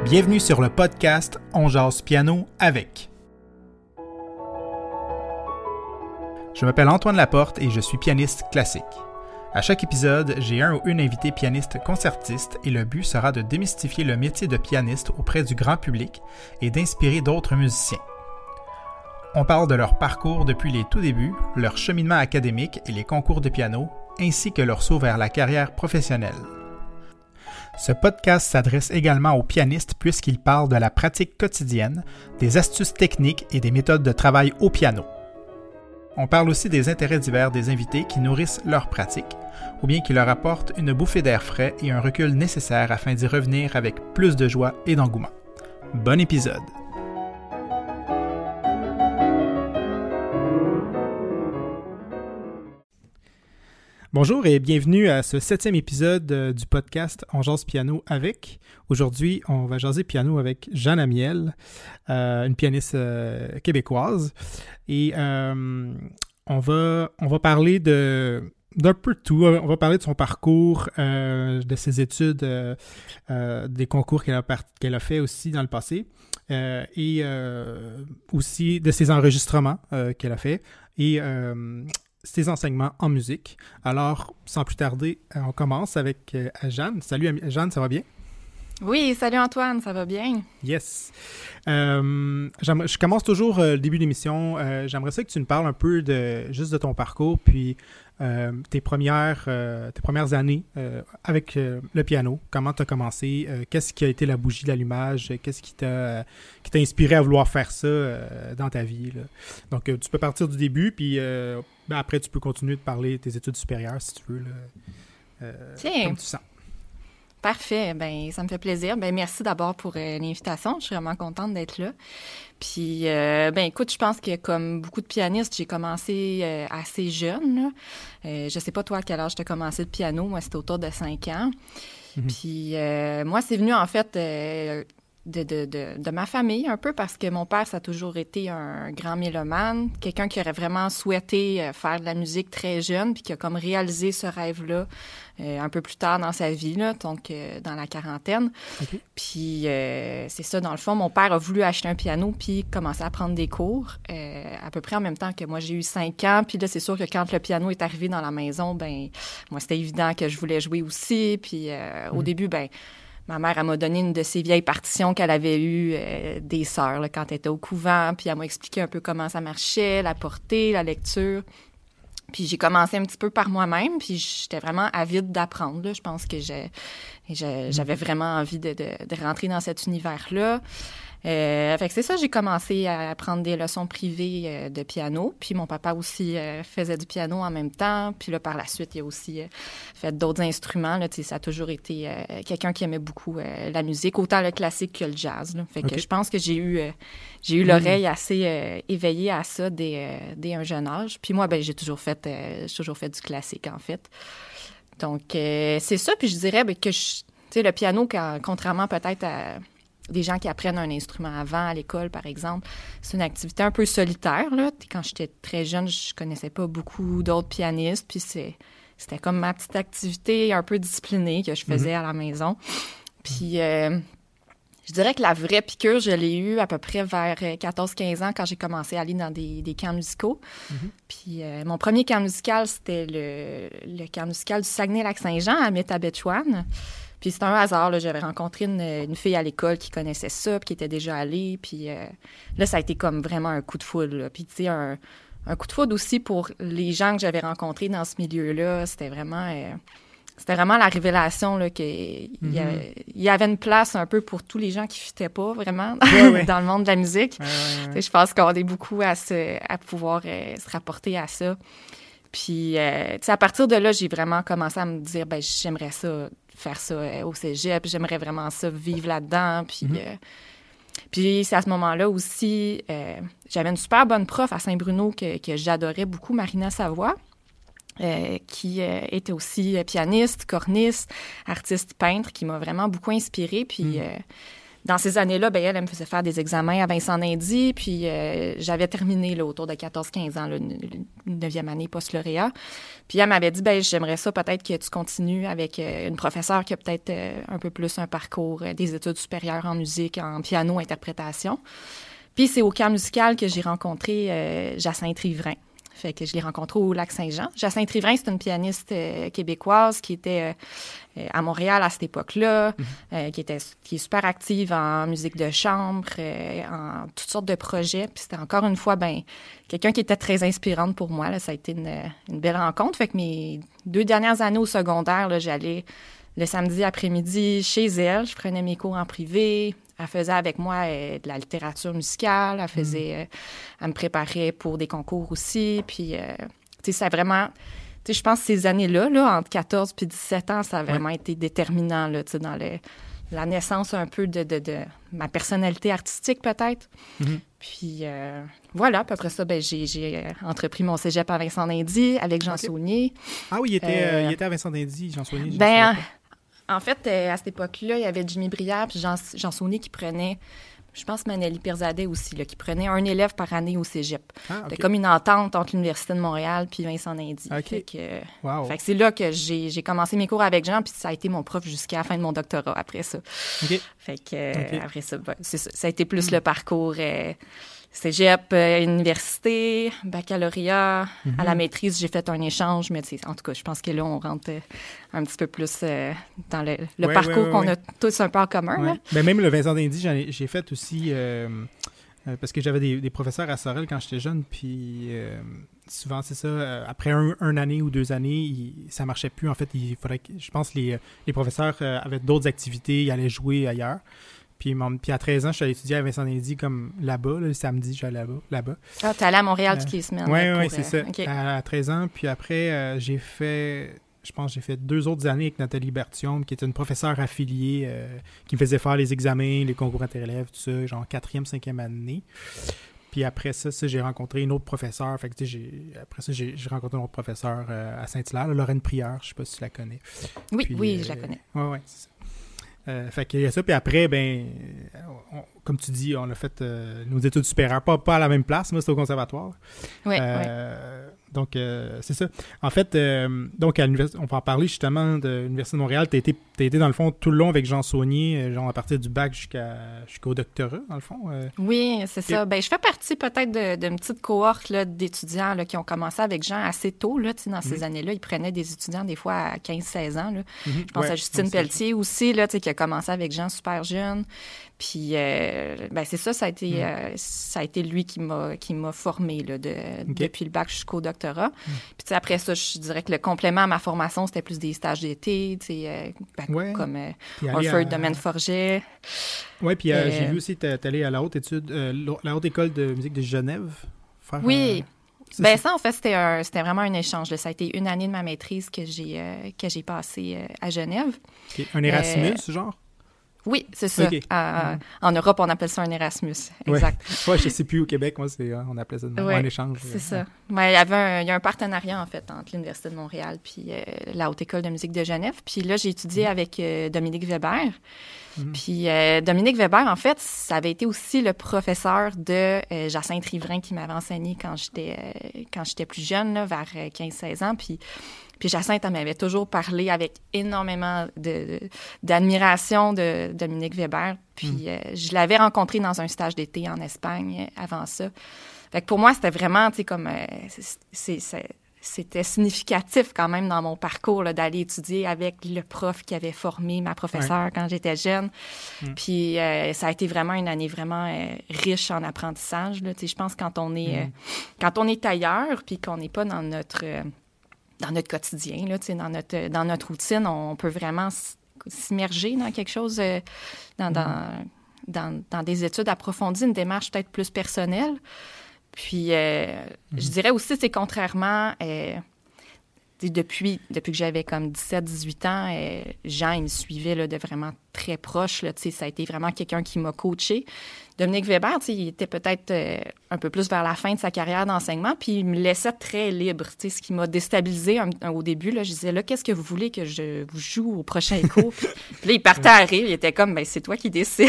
Bienvenue sur le podcast On jase piano avec. Je m'appelle Antoine Laporte et je suis pianiste classique. À chaque épisode, j'ai un ou une invité pianiste concertiste et le but sera de démystifier le métier de pianiste auprès du grand public et d'inspirer d'autres musiciens. On parle de leur parcours depuis les tout débuts, leur cheminement académique et les concours de piano, ainsi que leur saut vers la carrière professionnelle. Ce podcast s'adresse également aux pianistes puisqu'il parle de la pratique quotidienne, des astuces techniques et des méthodes de travail au piano. On parle aussi des intérêts divers des invités qui nourrissent leur pratique, ou bien qui leur apportent une bouffée d'air frais et un recul nécessaire afin d'y revenir avec plus de joie et d'engouement. Bon épisode! Bonjour et bienvenue à ce 7e épisode du podcast On jase piano avec. Aujourd'hui, on va jaser piano avec Jeanne Amiel, une pianiste québécoise. Et on va parler d'un peu de tout. On va parler de son parcours, de ses études, des concours qu'elle a fait aussi dans le passé, et aussi de ses enregistrements qu'elle a fait. Et ses enseignements en musique. Alors, sans plus tarder, on commence avec Jeanne. Salut Jeanne, ça va bien? Oui, salut Antoine, ça va bien? Yes. Je commence toujours le début de l'émission. J'aimerais ça que tu nous parles un peu juste de ton parcours, puis tes premières années avec le piano. Comment tu as commencé? Qu'est-ce qui a été la bougie d'allumage? Qu'est-ce qui t'a inspiré à vouloir faire ça dans ta vie, là? Donc, tu peux partir du début, puis après, tu peux continuer de parler de tes études supérieures, si tu veux, là, comme tu sens. Parfait. Ben ça me fait plaisir. Ben merci d'abord pour l'invitation. Je suis vraiment contente d'être là. Puis, écoute, je pense que comme beaucoup de pianistes, j'ai commencé assez jeune, là. Je sais pas toi à quel âge tu as commencé le piano. Moi, c'était autour de 5 ans. Mm-hmm. Puis, moi, c'est venu en fait de ma famille un peu parce que mon père, ça a toujours été un grand mélomane, quelqu'un qui aurait vraiment souhaité faire de la musique très jeune puis qui a comme réalisé ce rêve-là un peu plus tard dans sa vie, là, donc dans la quarantaine. Okay. Puis c'est ça, dans le fond, mon père a voulu acheter un piano puis commencer à prendre des cours à peu près en même temps que moi, j'ai eu 5 ans. Puis là, c'est sûr que quand le piano est arrivé dans la maison, ben moi, c'était évident que je voulais jouer aussi. Puis au début, ma mère, elle m'a donné une de ses vieilles partitions qu'elle avait eues des sœurs là, quand elle était au couvent. Puis elle m'a expliqué un peu comment ça marchait, la portée, la lecture. Puis j'ai commencé un petit peu par moi-même, puis j'étais vraiment avide d'apprendre, là. Je pense que j'avais vraiment envie de rentrer dans cet univers-là. Fait que c'est ça, j'ai commencé à prendre des leçons privées de piano. Puis mon papa aussi faisait du piano en même temps. Puis là, par la suite, il a aussi fait d'autres instruments. Là, ça a toujours été quelqu'un qui aimait beaucoup la musique, autant le classique que le jazz, là. Fait que je pense que j'ai eu l'oreille assez éveillée à ça dès un jeune âge. Puis moi, j'ai toujours fait du classique, en fait. Donc, c'est ça. Puis je dirais que le piano, contrairement peut-être à des gens qui apprennent un instrument avant, à l'école, par exemple, c'est une activité un peu solitaire, là. Quand j'étais très jeune, je connaissais pas beaucoup d'autres pianistes, puis c'était comme ma petite activité un peu disciplinée que je faisais à la maison. Puis je dirais que la vraie piqûre, je l'ai eue à peu près vers 14-15 ans quand j'ai commencé à aller dans des camps musicaux. Puis mon premier camp musical, c'était le camp musical du Saguenay-Lac-Saint-Jean à Métabetchouan. Puis c'était un hasard, là. J'avais rencontré une fille à l'école qui connaissait ça, puis qui était déjà allée. Puis là, ça a été comme vraiment un coup de foudre, là. Puis tu sais, un coup de foudre aussi pour les gens que j'avais rencontrés dans ce milieu-là. C'était vraiment la révélation, là, qu'il y avait une place un peu pour tous les gens qui fitaient pas vraiment dans le monde de la musique. Ouais. Je pense qu'on est beaucoup à pouvoir se rapporter à ça. Puis, à partir de là, j'ai vraiment commencé à me dire, j'aimerais ça faire ça au cégep, j'aimerais vraiment ça vivre là-dedans. Puis, puis c'est à ce moment-là aussi, j'avais une super bonne prof à Saint-Bruno que j'adorais beaucoup, Marina Savoie, qui était aussi pianiste, corniste, artiste peintre, qui m'a vraiment beaucoup inspirée. Puis dans ces années-là, ben elle me faisait faire des examens à Vincent Dindy, puis j'avais terminé là, autour de 14-15 ans, le 9e année post-lauréat. Puis elle m'avait dit, ben j'aimerais ça peut-être que tu continues avec une professeure qui a peut-être un peu plus un parcours des études supérieures en musique, en piano, interprétation. Puis c'est au camp musical que j'ai rencontré Jacinthe Riverain. Fait que je l'ai rencontrée au Lac-Saint-Jean. Jacinthe Riverain, c'est une pianiste québécoise qui était à Montréal à cette époque-là, qui est super active en musique de chambre, en toutes sortes de projets. Puis c'était encore une fois, quelqu'un qui était très inspirante pour moi. Là. Ça a été une belle rencontre. Fait que mes 2 dernières années au secondaire, là, j'allais le samedi après-midi chez elle. Je prenais mes cours en privé. Elle faisait avec moi de la littérature musicale. Elle me préparait pour des concours aussi. Puis, tu sais, ça a vraiment... Tu sais, je pense que ces années-là, là, entre 14 puis 17 ans, ça a vraiment été déterminant, là, tu sais, dans la naissance un peu de ma personnalité artistique, peut-être. Puis, voilà. Puis après ça, j'ai entrepris mon cégep à Vincent Dindy avec Jean Saunier. Ah oui, il était à Vincent Dindy, Jean Saunier. En fait, à cette époque-là, il y avait Jimmy Brière puis Jean Saunier qui prenait, je pense Maneli Perzadeh aussi, là, qui prenait un élève par année au cégep. C'était comme une entente entre l'Université de Montréal puis Vincent Dindy. Fait que c'est là que j'ai commencé mes cours avec Jean, puis ça a été mon prof jusqu'à la fin de mon doctorat après ça. Fait que après ça, c'est ça. Ça a été plus le parcours... Cégep, université, baccalauréat, à la maîtrise, j'ai fait un échange, mais en tout cas, je pense que là, on rentre un petit peu plus dans le parcours qu'on a tous un peu en commun. Là. Ben, même le Vincent Dindy, j'ai fait aussi, parce que j'avais des professeurs à Sorel quand j'étais jeune, puis souvent, c'est ça, après une année ou 2 années, ça marchait plus. En fait, il faudrait que, je pense que les professeurs avaient d'autres activités, ils allaient jouer ailleurs. Puis à 13 ans, je suis allé étudier à Vincent Dindy comme là-bas. Là, le samedi, je suis allé là-bas. Ah, t'es allé à Montréal toutes les semaines. Oui, c'est ça. Okay. À 13 ans. Puis après, j'ai fait 2 autres années avec Nathalie Bertium, qui était une professeure affiliée qui me faisait faire les examens, les concours interélèves, tout ça, genre 4e, 5e année. Puis après ça, j'ai rencontré une autre professeure. Fait que, après ça, j'ai rencontré une autre professeure à Saint-Hilaire, Lorraine Prieur. Je sais pas si tu la connais. Oui, oui, je la connais. Oui, c'est ça. Fait qu'il y a ça, puis après, comme tu dis, on a fait nos études supérieures, pas à la même place, moi c'était au conservatoire. Oui, Donc, c'est ça. En fait, donc à l'université, on va en parler justement de l'Université de Montréal. Tu as été dans le fond tout le long avec Jean Saunier, genre à partir du bac jusqu'au doctorat, dans le fond. Oui, c'est ça. Je fais partie peut-être d'une petite cohorte là, d'étudiants là, qui ont commencé avec Jean assez tôt. Là, dans ces années-là, ils prenaient des étudiants des fois à 15-16 ans. Là. Je pense à Justine Pelletier aussi, là, qui a commencé avec Jean super jeune. Puis, c'est ça, ça a été lui qui m'a formée là, depuis le bac jusqu'au doctorat. Puis, après ça, je dirais que le complément à ma formation, c'était plus des stages d'été, comme Orford, Domaine Forget. Oui, puis j'ai vu aussi que tu es allé à la la Haute École de musique de Genève. Oui. Ça, en fait, c'était vraiment un échange. Là. Ça a été 1 année de ma maîtrise que j'ai passée à Genève. Okay. Un Erasmus, genre? Oui, c'est ça. Okay. En Europe, on appelle ça un Erasmus. Exact. Oui, je ne sais plus au Québec, moi, on appelait ça un échange. C'est ça. Mais il y a un partenariat, en fait, entre l'Université de Montréal puis la Haute École de musique de Genève. Puis là, j'ai étudié avec Dominique Weber. Puis Dominique Weber, en fait, ça avait été aussi le professeur de Jacinthe Riverain qui m'avait enseigné quand j'étais plus jeune, là, vers 15-16 ans. Puis Jacinthe, elle m'avait toujours parlé avec énormément d'admiration de Dominique Weber. Puis je l'avais rencontré dans un stage d'été en Espagne avant ça. Fait que pour moi, c'était vraiment, tu sais, comme... c'était significatif quand même dans mon parcours là, d'aller étudier avec le prof qui avait formé ma professeure quand j'étais jeune. Puis ça a été vraiment une année vraiment riche en apprentissage. Là. Tu sais, je pense que quand on est ailleurs puis qu'on n'est pas dans notre quotidien, là, dans notre routine, on peut vraiment s'immerger dans quelque chose, dans des études approfondies, une démarche peut-être plus personnelle. Puis, je dirais aussi, c'est contrairement, depuis que j'avais comme 17-18 ans, Jean, il me suivait là, de vraiment très proche. Là, ça a été vraiment quelqu'un qui m'a coaché. Dominique Weber, tu sais, il était peut-être un peu plus vers la fin de sa carrière d'enseignement, puis il me laissait très libre, tu sais, ce qui m'a déstabilisée au début. Là, je disais, là, qu'est-ce que vous voulez que je vous joue au prochain cours? Puis là, il partait à rire, il était comme, ben c'est toi qui décides.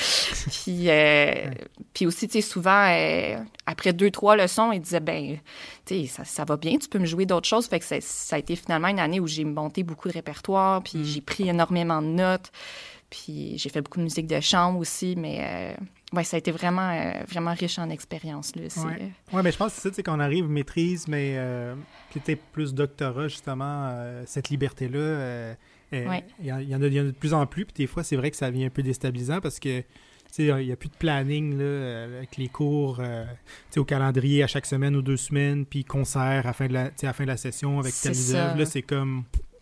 Puis aussi, tu sais, souvent, après 2-3 leçons, il disait, ben, tu sais, ça va bien, tu peux me jouer d'autres choses. Fait que ça a été finalement une année où j'ai monté beaucoup de répertoire, puis j'ai pris énormément de notes. Puis j'ai fait beaucoup de musique de chambre aussi, mais ouais, ça a été vraiment, vraiment riche en expérience. Oui, mais je pense que c'est ça, qu'on arrive maîtrise, mais qui était plus doctorat, justement, cette liberté-là, il y en a de plus en plus, puis des fois, c'est vrai que ça devient un peu déstabilisant parce que il n'y a plus de planning là, avec les cours au calendrier à chaque semaine ou 2 semaines, puis concert à la fin de la session avec telle œuvre. Là, c'est comme...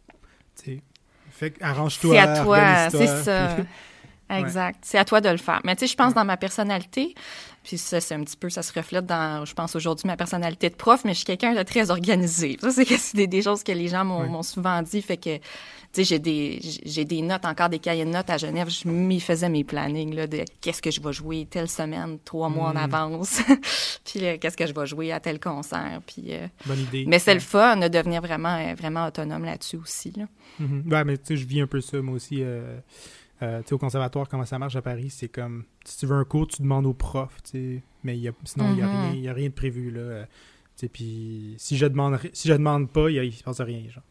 Fait arrange-toi, c'est à toi, c'est ça. Puis... Exact. C'est à toi de le faire. Mais tu sais, je pense dans ma personnalité, puis ça, c'est un petit peu, ça se reflète dans, je pense aujourd'hui, ma personnalité de prof, mais je suis quelqu'un de très organisé. Ça, c'est des choses que les gens m'ont souvent dit. Fait que, tu sais, j'ai des notes, encore des cahiers de notes à Genève. Je m'y faisais mes plannings, là, de qu'est-ce que je vais jouer telle semaine, 3 mois en avance. Puis qu'est-ce que je vais jouer à tel concert. Puis, bonne idée. Mais c'est le fun de devenir vraiment, vraiment autonome là-dessus aussi, là. Ouais, mais tu sais, je vis un peu ça, moi aussi. Tu sais, au conservatoire, comment ça marche à Paris, c'est comme, si tu veux un cours, tu demandes au prof, tu sais, mais sinon, il n'y a rien de prévu, là. Tu sais, puis si je demande pas, il se passe rien, genre.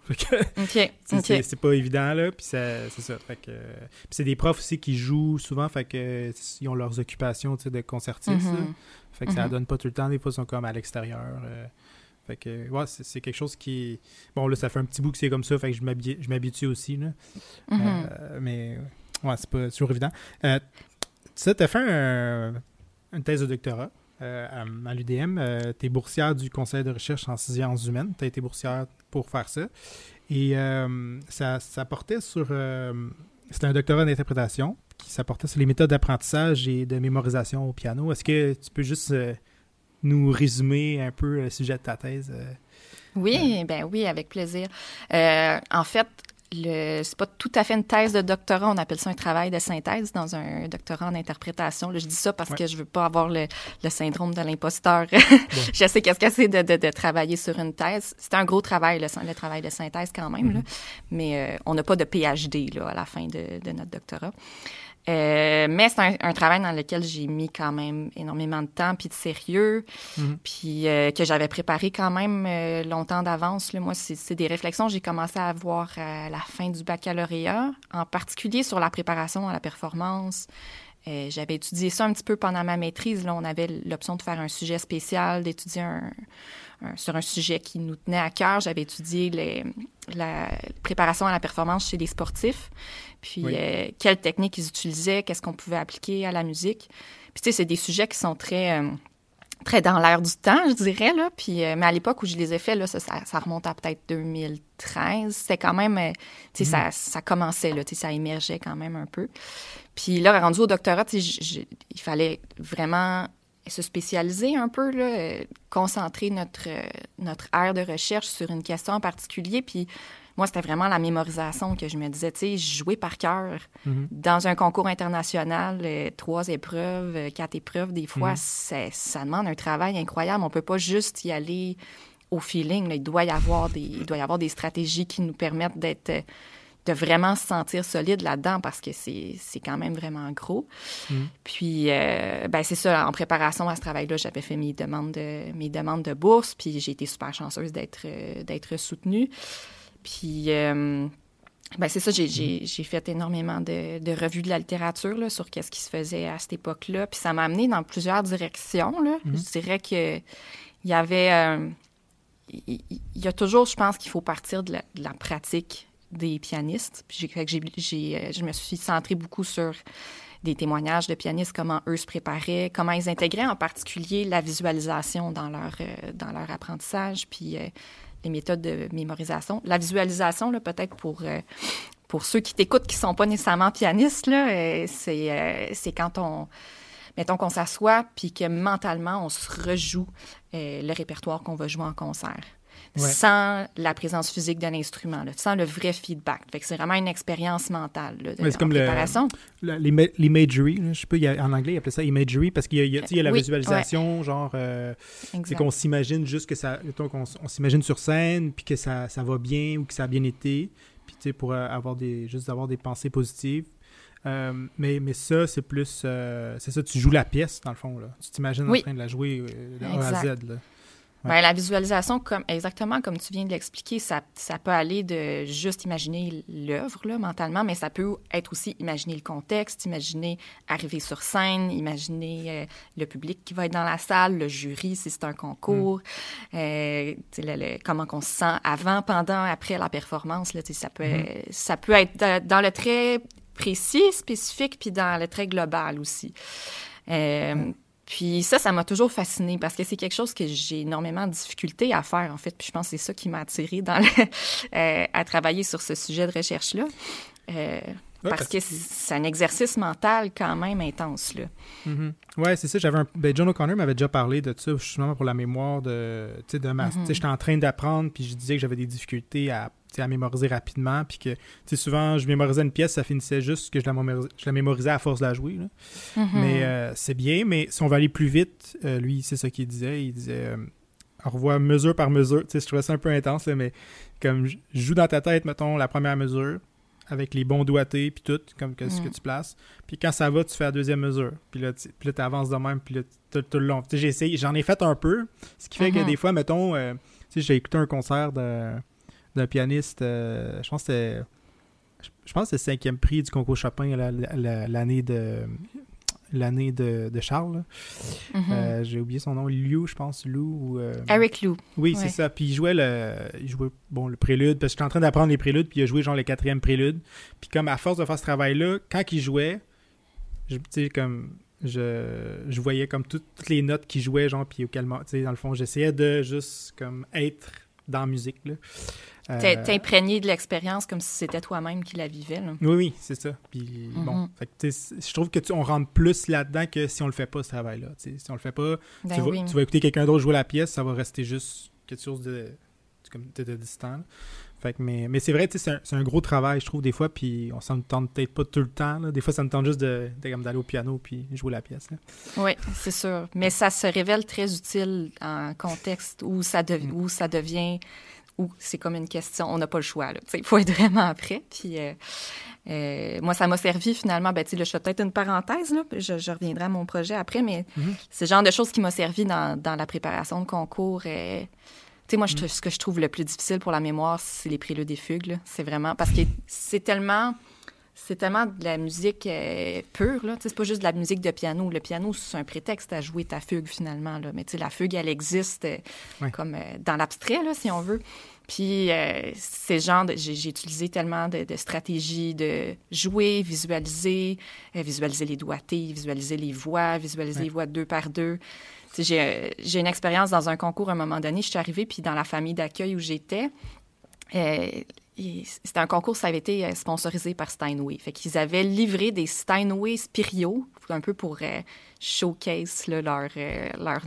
C'est pas évident, là, puis c'est ça. Fait que, puis c'est des profs aussi qui jouent souvent, fait que ils ont leurs occupations, tu sais, de concertistes, là. Fait que ça donne pas tout le temps, des fois, ils sont comme à l'extérieur. Fait que, ouais, c'est quelque chose qui... Bon, là, ça fait un petit bout que c'est comme ça, fait que je m'habitue aussi, là. Mais... Ouais, c'est pas toujours évident. Tu as fait une thèse de doctorat à l'UDM. Tu es boursière du Conseil de recherche en sciences humaines. Tu as été boursière pour faire ça. Et ça portait sur... c'était un doctorat d'interprétation ça portait sur les méthodes d'apprentissage et de mémorisation au piano. Est-ce que tu peux juste nous résumer un peu le sujet de ta thèse? Oui, ben oui, avec plaisir. En fait, c'est pas tout à fait une thèse de doctorat, on appelle ça un travail de synthèse dans un doctorat en interprétation. Là, je dis ça parce que je veux pas avoir le syndrome de l'imposteur. Je sais qu'est-ce que c'est de travailler sur une thèse. C'est un gros travail, le travail de synthèse quand même, là. Mais on n'a pas de PhD là, à la fin de notre doctorat. Mais c'est un travail dans lequel j'ai mis quand même énormément de temps puis de sérieux, puis que j'avais préparé quand même longtemps d'avance. Là. Moi, c'est des réflexions que j'ai commencé à avoir à la fin du baccalauréat, en particulier sur la préparation à la performance. J'avais étudié ça un petit peu pendant ma maîtrise. Là, on avait l'option de faire un sujet spécial, d'étudier sur un sujet qui nous tenait à cœur. J'avais étudié la préparation à la performance chez les sportifs, puis quelles techniques ils utilisaient, qu'est-ce qu'on pouvait appliquer à la musique. Puis tu sais, c'est des sujets qui sont très dans l'air du temps, je dirais, là. Puis, mais à l'époque où je les ai faits, là, ça remonte à peut-être 2013. C'était quand même, tu sais, ça commençait, là, tu sais, ça émergeait quand même un peu. Puis là, rendu au doctorat, tu sais, il fallait vraiment se spécialiser un peu, là, concentrer notre aire de recherche sur une question en particulier. Puis moi, c'était vraiment la mémorisation que je me disais, tu sais, jouer par cœur dans un concours international, 3 épreuves, 4 épreuves, des fois, ça demande un travail incroyable. On peut pas juste y aller au feeling. Là. Il doit y avoir des stratégies qui nous permettent de vraiment se sentir solide là-dedans parce que c'est quand même vraiment gros. Puis, ben c'est ça, en préparation à ce travail-là, j'avais fait mes demandes de bourse, puis j'ai été super chanceuse d'être soutenue. Puis, ben c'est ça, j'ai fait énormément de revues de la littérature là, sur qu'est-ce qui se faisait à cette époque-là. Puis ça m'a amené dans plusieurs directions. Là. Je dirais que il y avait... il y a toujours, je pense, qu'il faut partir de la pratique des pianistes. Puis je me suis centrée beaucoup sur des témoignages de pianistes, comment eux se préparaient, comment ils intégraient en particulier la visualisation dans leur apprentissage, puis les méthodes de mémorisation. La visualisation, là, peut-être pour ceux qui t'écoutent qui sont pas nécessairement pianistes, là, c'est quand mettons qu'on s'assoit puis que mentalement, on se rejoue le répertoire qu'on va jouer en concert. sans la présence physique de l'instrument, là, sans le vrai feedback. Fait que c'est vraiment une expérience mentale là, c'est comme préparation. L'imagery, je sais pas, en anglais, ils appellent ça imagery, parce qu'il y a la visualisation, genre, c'est qu'on s'imagine juste que ça, on s'imagine sur scène, puis que ça va bien ou que ça a bien été, puis tu sais, pour avoir des pensées positives. Mais ça, c'est plus... c'est ça, tu joues la pièce, dans le fond. Là. Tu t'imagines en train de la jouer de A à Z. Là. Ouais. La visualisation, exactement comme tu viens de l'expliquer, ça peut aller de juste imaginer l'œuvre là, mentalement, mais ça peut être aussi imaginer le contexte, imaginer arriver sur scène, imaginer le public qui va être dans la salle, le jury si c'est un concours, comment on se sent avant, pendant, après la performance. Là, ça peut être dans le très précis, spécifique, puis dans le très global aussi. Puis ça m'a toujours fascinée parce que c'est quelque chose que j'ai énormément de difficulté à faire, en fait. Puis je pense que c'est ça qui m'a attirée à travailler sur ce sujet de recherche-là. Parce que c'est un exercice mental quand même intense, là. Mm-hmm. Oui, c'est ça. John O'Connor m'avait déjà parlé de ça, justement, pour la mémoire de ma... J'étais en train d'apprendre, puis je disais que j'avais des difficultés à mémoriser rapidement, puis que souvent, je mémorisais une pièce, ça finissait juste que je la mémorisais à force de la jouer. Là. Mm-hmm. Mais c'est bien, mais si on va aller plus vite, lui, c'est ça qu'il disait. Il disait, on revoit mesure par mesure. Je trouvais ça un peu intense, là, mais comme je joue dans ta tête, mettons, la première mesure, avec les bons doigtés, puis tout, comme ce que tu places. Puis quand ça va, tu fais la deuxième mesure. Puis là, tu avances de même, puis là, tout le long. J'ai essayé, j'en ai fait un peu, ce qui fait que des fois, mettons, j'ai écouté un concert d'un pianiste, je pense que c'est le 5e prix du concours Chopin l'année de Charles. Mm-hmm. J'ai oublié son nom, Lou, je pense, Lou. Eric Lou. Oui, c'est ça. Puis il jouait le prélude, parce que j'étais en train d'apprendre les préludes, puis il a joué genre le 4e prélude. Puis comme à force de faire ce travail-là, quand il jouait, je voyais comme toutes les notes qu'il jouait, genre, puis dans le fond, j'essayais de juste comme être dans la musique, là. T'es imprégné de l'expérience comme si c'était toi-même qui la vivais, là. Oui, c'est ça. Puis bon, fait que, je trouve que on rentre plus là-dedans que si on le fait pas, ce travail-là. Si on le fait pas, tu vas écouter quelqu'un d'autre jouer la pièce, ça va rester juste quelque chose de distant. Fait que, mais c'est vrai, c'est un gros travail, je trouve, des fois, puis on s'en tente peut-être pas tout le temps. Là. Des fois, ça me tente juste d'aller au piano puis jouer la pièce. Là. Oui, c'est sûr. Mais ça se révèle très utile en contexte où ça devient... Ou c'est comme une question, on n'a pas le choix. Il faut être vraiment prêt. Puis moi, ça m'a servi finalement. Ben, je fais peut-être une parenthèse, là, je reviendrai à mon projet après, mais c'est le genre de choses qui m'a servi dans la préparation de concours. Moi, ce que je trouve le plus difficile pour la mémoire, c'est les préludes et fugues. Là. C'est vraiment... Parce que c'est tellement de la musique pure, là. C'est pas juste de la musique de piano. Le piano, c'est un prétexte à jouer ta fugue, finalement, là. Mais la fugue, elle existe comme dans l'abstrait, là, si on veut. Puis, c'est genre j'ai utilisé tellement de stratégies de jouer, visualiser les doigtés, visualiser les voix, visualiser les voix 2 par 2. J'ai une expérience dans un concours à un moment donné. Je suis arrivée, puis dans la famille d'accueil où j'étais, c'était un concours, ça avait été sponsorisé par Steinway. Fait qu'ils avaient livré des Steinway Spirio, un peu pour showcase là, leur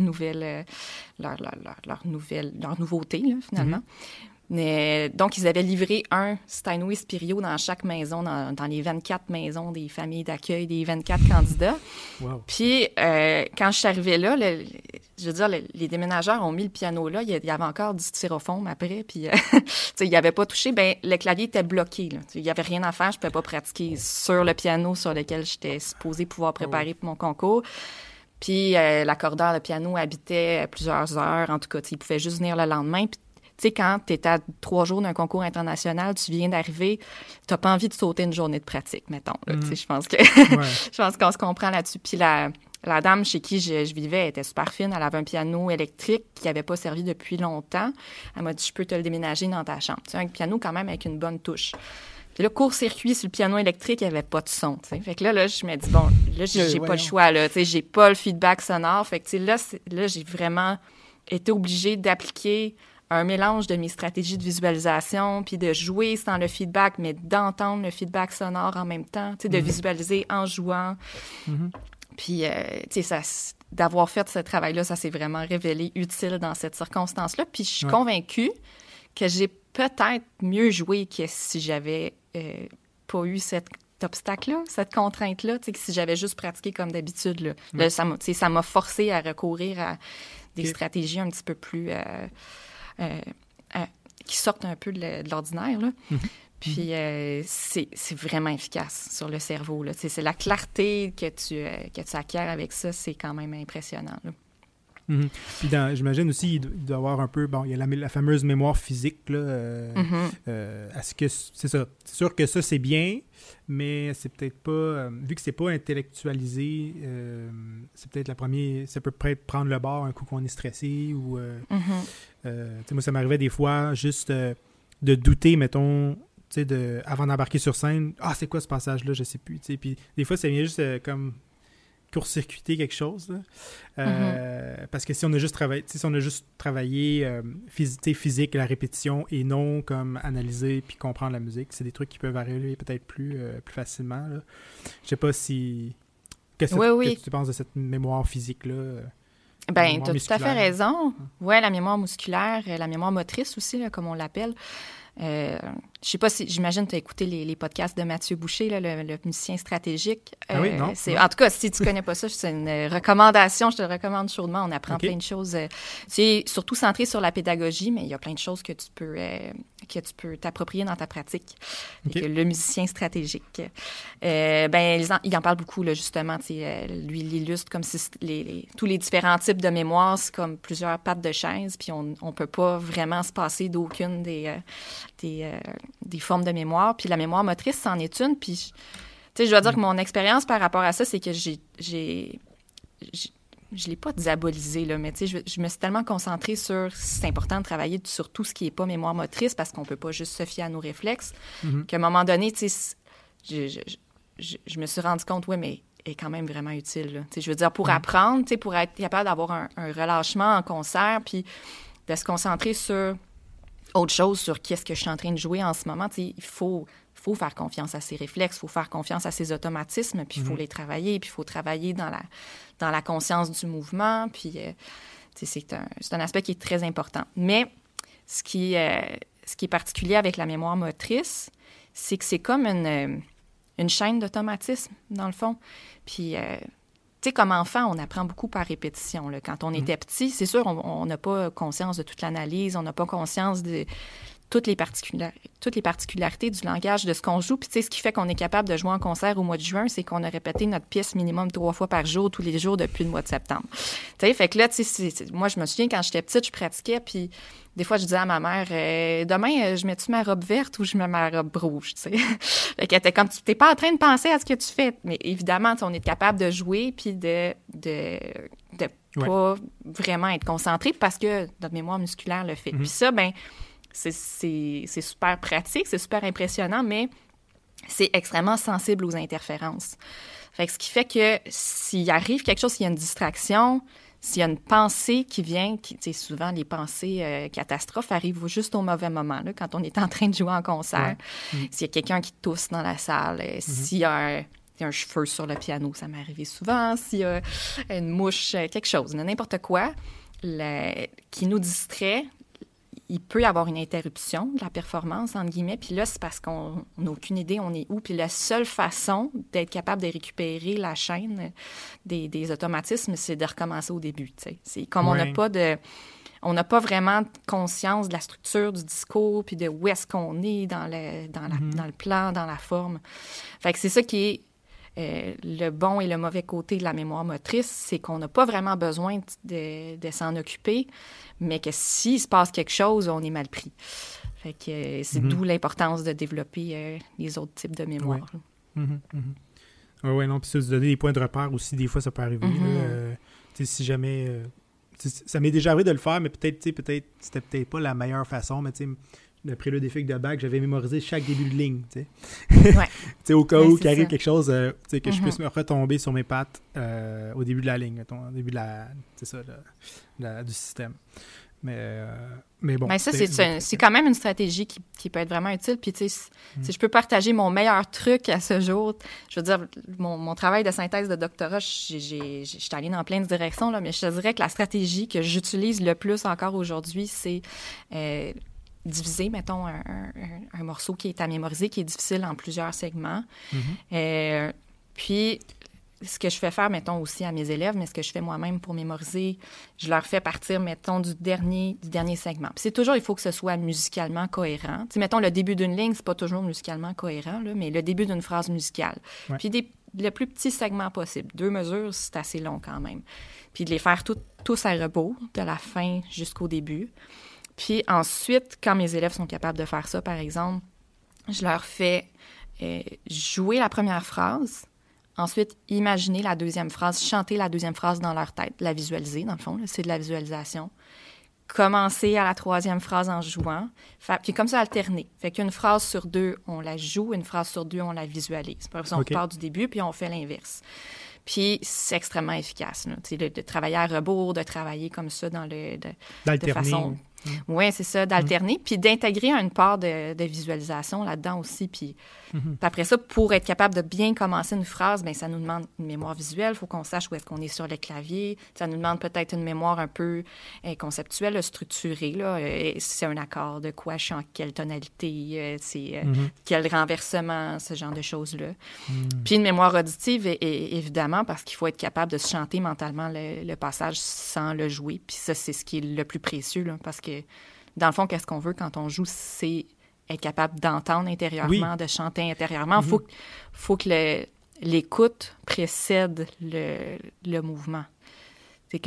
nouveauté, là, finalement. Mais, donc, ils avaient livré un Steinway Spirio dans chaque maison, dans les 24 maisons des familles d'accueil, des 24 candidats. Wow. Puis, quand je suis arrivée là, je veux dire, les déménageurs ont mis le piano là. Il y avait encore du styrofoam après, puis il n'y avait pas touché. Ben, le clavier était bloqué. Il n'y avait rien à faire. Je ne pouvais pas pratiquer sur le piano sur lequel j'étais supposée pouvoir préparer pour mon concours. Puis, l'accordeur de piano habitait plusieurs heures. En tout cas, il pouvait juste venir le lendemain. Puis, tu sais, quand tu es à 3 jours d'un concours international, tu viens d'arriver, tu n'as pas envie de sauter une journée de pratique, mettons. Je pense que je pense qu'on se comprend là-dessus. Puis la dame chez qui je vivais, elle était super fine. Elle avait un piano électrique qui n'avait pas servi depuis longtemps. Elle m'a dit, je peux te le déménager dans ta chambre. Tu sais, un piano quand même avec une bonne touche. Puis là, court-circuit sur le piano électrique, il n'y avait pas de son. T'sais. Fait que là, je me dis, bon, là, j'ai pas le choix. Là, j'ai pas le feedback sonore. Fait que là, j'ai vraiment été obligée d'appliquer un mélange de mes stratégies de visualisation, puis de jouer sans le feedback, mais d'entendre le feedback sonore en même temps, de visualiser en jouant. Puis, d'avoir fait ce travail-là, ça s'est vraiment révélé utile dans cette circonstance-là. Puis je suis convaincue que j'ai peut-être mieux joué que si j'avais pas eu cet obstacle-là, cette contrainte-là, que si j'avais juste pratiqué comme d'habitude. Là, ça m'a forcé à recourir à des stratégies un petit peu plus... qui sortent un peu de l'ordinaire, là. Puis c'est vraiment efficace sur le cerveau, là. C'est la clarté que tu acquiers avec ça, c'est quand même impressionnant, là. Puis j'imagine aussi, il doit y avoir un peu... Bon, il y a la fameuse mémoire physique, là. Est-ce que... C'est ça. C'est sûr que ça, c'est bien, mais c'est peut-être pas... vu que c'est pas intellectualisé, c'est peut-être la première... Ça peut peut-être prendre le bord un coup qu'on est stressé ou... moi, ça m'arrivait des fois juste de douter, mettons... avant d'embarquer sur scène, c'est quoi ce passage-là, je sais plus. Puis des fois, ça vient juste comme court-circuiter quelque chose. Là. Parce que si on a juste travaillé physique, la répétition, et non comme analyser puis comprendre la musique, c'est des trucs qui peuvent arriver peut-être plus facilement. Là. Je sais pas si... Qu'est-ce que tu penses de cette mémoire physique-là? Ben, tu as tout à fait raison. Oui, la mémoire musculaire, la mémoire motrice aussi, là, comme on l'appelle. Je sais pas si, j'imagine que tu as écouté les podcasts de Mathieu Boucher, là, le musicien stratégique. Oui, non. En tout cas, si tu connais pas ça, c'est une recommandation, je te le recommande chaudement. On apprend plein de choses. C'est surtout centré sur la pédagogie, mais il y a plein de choses que tu peux t'approprier dans ta pratique. Le musicien stratégique. Il en parle beaucoup, là, justement. Lui, il illustre comme si tous les différents types de mémoire, c'est comme plusieurs pattes de chaise, puis on peut pas vraiment se passer d'aucune des formes de mémoire. Puis la mémoire motrice, c'en est une. Puis, je dois dire que mon expérience par rapport à ça, c'est que je l'ai pas diabolisé, là, mais je me suis tellement concentrée sur... C'est important de travailler sur tout ce qui n'est pas mémoire motrice parce qu'on peut pas juste se fier à nos réflexes. Qu'à un moment donné, je me suis rendu compte, mais elle est quand même vraiment utile. Là. Je veux dire, pour apprendre, pour être capable d'avoir un relâchement en concert, puis de se concentrer sur autre chose, sur qu'est-ce que je suis en train de jouer en ce moment. Il faut faire confiance à ses réflexes, il faut faire confiance à ses automatismes, puis il faut les travailler, puis il faut travailler dans la conscience du mouvement, puis c'est un aspect qui est très important. Mais ce qui est particulier avec la mémoire motrice, c'est que c'est comme une chaîne d'automatisme, dans le fond. Puis, comme enfant, on apprend beaucoup par répétition. Là. Quand on était petit, c'est sûr, on n'a pas conscience de toute l'analyse, on n'a pas conscience de toutes les particularités du langage de ce qu'on joue. Puis, ce qui fait qu'on est capable de jouer en concert au mois de juin, c'est qu'on a répété notre pièce minimum 3 fois par jour, tous les jours, depuis le mois de septembre. Fait que là, moi, je me souviens, quand j'étais petite, je pratiquais, puis des fois, je disais à ma mère, demain, je mets-tu ma robe verte ou je mets ma robe rouge, Fait qu'elle était comme, tu n'es pas en train de penser à ce que tu fais. Mais évidemment, on est capable de jouer puis de pas vraiment être concentré parce que notre mémoire musculaire le fait. Puis ça, c'est super pratique, c'est super impressionnant, mais c'est extrêmement sensible aux interférences. Fait que ce qui fait que s'il arrive quelque chose, s'il y a une distraction, s'il y a une pensée qui vient, souvent les pensées catastrophes arrivent juste au mauvais moment, là, quand on est en train de jouer en concert. S'il y a quelqu'un qui tousse dans la salle, s'il y a un cheveu sur le piano, ça m'est arrivé souvent, s'il y a une mouche, quelque chose, n'importe quoi qui nous distrait, il peut y avoir une interruption de la performance, entre guillemets, puis là, c'est parce qu'on n'a aucune idée on est où. Puis la seule façon d'être capable de récupérer la chaîne des automatismes, c'est de recommencer au début, C'est comme on n'a pas vraiment conscience de la structure du discours, puis de où est-ce qu'on est dans le plan, dans la forme. Fait que c'est ça qui est le bon et le mauvais côté de la mémoire motrice, c'est qu'on n'a pas vraiment besoin de s'en occuper, mais que s'il se passe quelque chose, on est mal pris. Fait que c'est d'où l'importance de développer les autres types de mémoire. Oui, non, puis ça, se donner des points de repère aussi, des fois, ça peut arriver. Si jamais... ça m'est déjà arrivé de le faire, mais peut-être c'était peut-être pas la meilleure façon, mais après le défi de bac, j'avais mémorisé chaque début de ligne, au cas où qu'il arrive quelque chose, que je puisse me retomber sur mes pattes au début de la ligne, au début de du système. Mais bon. Ben ça, c'est quand même une stratégie qui peut être vraiment utile. Puis, tu sais, si je peux partager mon meilleur truc à ce jour, je veux dire, mon travail de synthèse de doctorat, je suis allée dans plein de directions, là, mais je te dirais que la stratégie que j'utilise le plus encore aujourd'hui, c'est diviser, mettons, un morceau qui est à mémoriser, qui est difficile en plusieurs segments. Puis, ce que je fais faire, mettons, aussi à mes élèves, mais ce que je fais moi-même pour mémoriser, je leur fais partir, mettons, du dernier segment. Puis c'est toujours, il faut que ce soit musicalement cohérent. Tu sais, mettons, le début d'une ligne, c'est pas toujours musicalement cohérent, là, mais le début d'une phrase musicale. Ouais. Puis le plus petit segment possible. 2 mesures, c'est assez long quand même. Puis de les faire tous à rebours, de la fin jusqu'au début. Puis ensuite, quand mes élèves sont capables de faire ça, par exemple, je leur fais jouer la première phrase. Ensuite, imaginer la deuxième phrase, chanter la deuxième phrase dans leur tête, la visualiser, dans le fond, là, c'est de la visualisation. Commencer à la 3e phrase en jouant, puis comme ça, alterner. Fait qu'une phrase sur 2, on la joue, une phrase sur 2, on la visualise. Par exemple, on part du début, puis on fait l'inverse. Puis c'est extrêmement efficace, là, de travailler à rebours, de travailler comme ça de façon... Oui, c'est ça, d'alterner, puis d'intégrer une part de visualisation là-dedans aussi. Puis après ça, pour être capable de bien commencer une phrase, bien, ça nous demande une mémoire visuelle. Il faut qu'on sache où est-ce qu'on est sur le clavier. Ça nous demande peut-être une mémoire un peu conceptuelle, structurée. Là. C'est un accord de quoi, je suis en quelle tonalité, quel renversement, ce genre de choses-là. Puis une mémoire auditive, évidemment, parce qu'il faut être capable de se chanter mentalement le passage sans le jouer. Puis ça, c'est ce qui est le plus précieux, là, parce que dans le fond, qu'est-ce qu'on veut quand on joue, c'est être capable d'entendre intérieurement, de chanter intérieurement. Faut que l'écoute précède le mouvement. C'est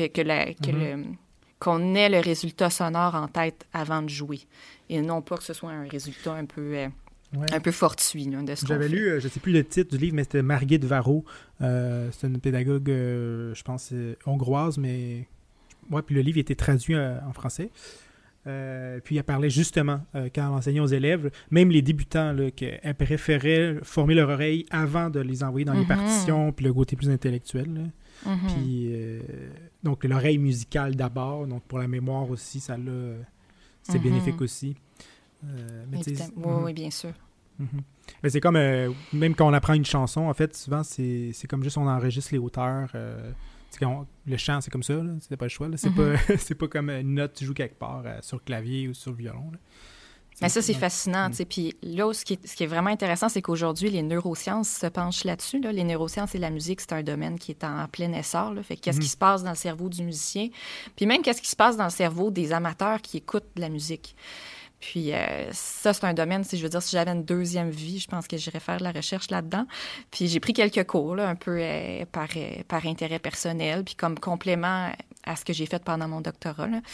qu'on ait le résultat sonore en tête avant de jouer. Et non pas que ce soit un résultat un peu fortuit là, de ce qu'on fait. J'avais lu, je ne sais plus le titre du livre, mais c'était Margit Varro. C'est une pédagogue, je pense, hongroise, mais... Ouais, puis le livre était traduit en français. Puis elle parlait justement, quand elle enseignait aux élèves, même les débutants, qu'elle préférait former leur oreille avant de les envoyer dans les partitions, puis le côté plus intellectuel. Là. Puis, donc, l'oreille musicale d'abord, donc pour la mémoire aussi, c'est bénéfique aussi. Mais oui, bien sûr. Mais c'est comme, même quand on apprend une chanson, en fait, souvent, c'est comme juste on enregistre les hauteurs. Le chant, c'est comme ça, là. C'est pas le choix. Là. C'est pas comme une note que tu joues quelque part sur le clavier ou sur le violon. Là. Mais ça, c'est fascinant. Puis là, ce qui est vraiment intéressant, c'est qu'aujourd'hui, les neurosciences se penchent là-dessus. Là. Les neurosciences et la musique, c'est un domaine qui est en plein essor. Là. Fait qu'est-ce qui se passe dans le cerveau du musicien? Puis même, qu'est-ce qui se passe dans le cerveau des amateurs qui écoutent de la musique? Puis ça, c'est un domaine, je veux dire, si j'avais une deuxième vie, je pense que j'irais faire de la recherche là-dedans. Puis j'ai pris quelques cours, là, un peu par intérêt personnel, puis comme complément à ce que j'ai fait pendant mon doctorat. Là.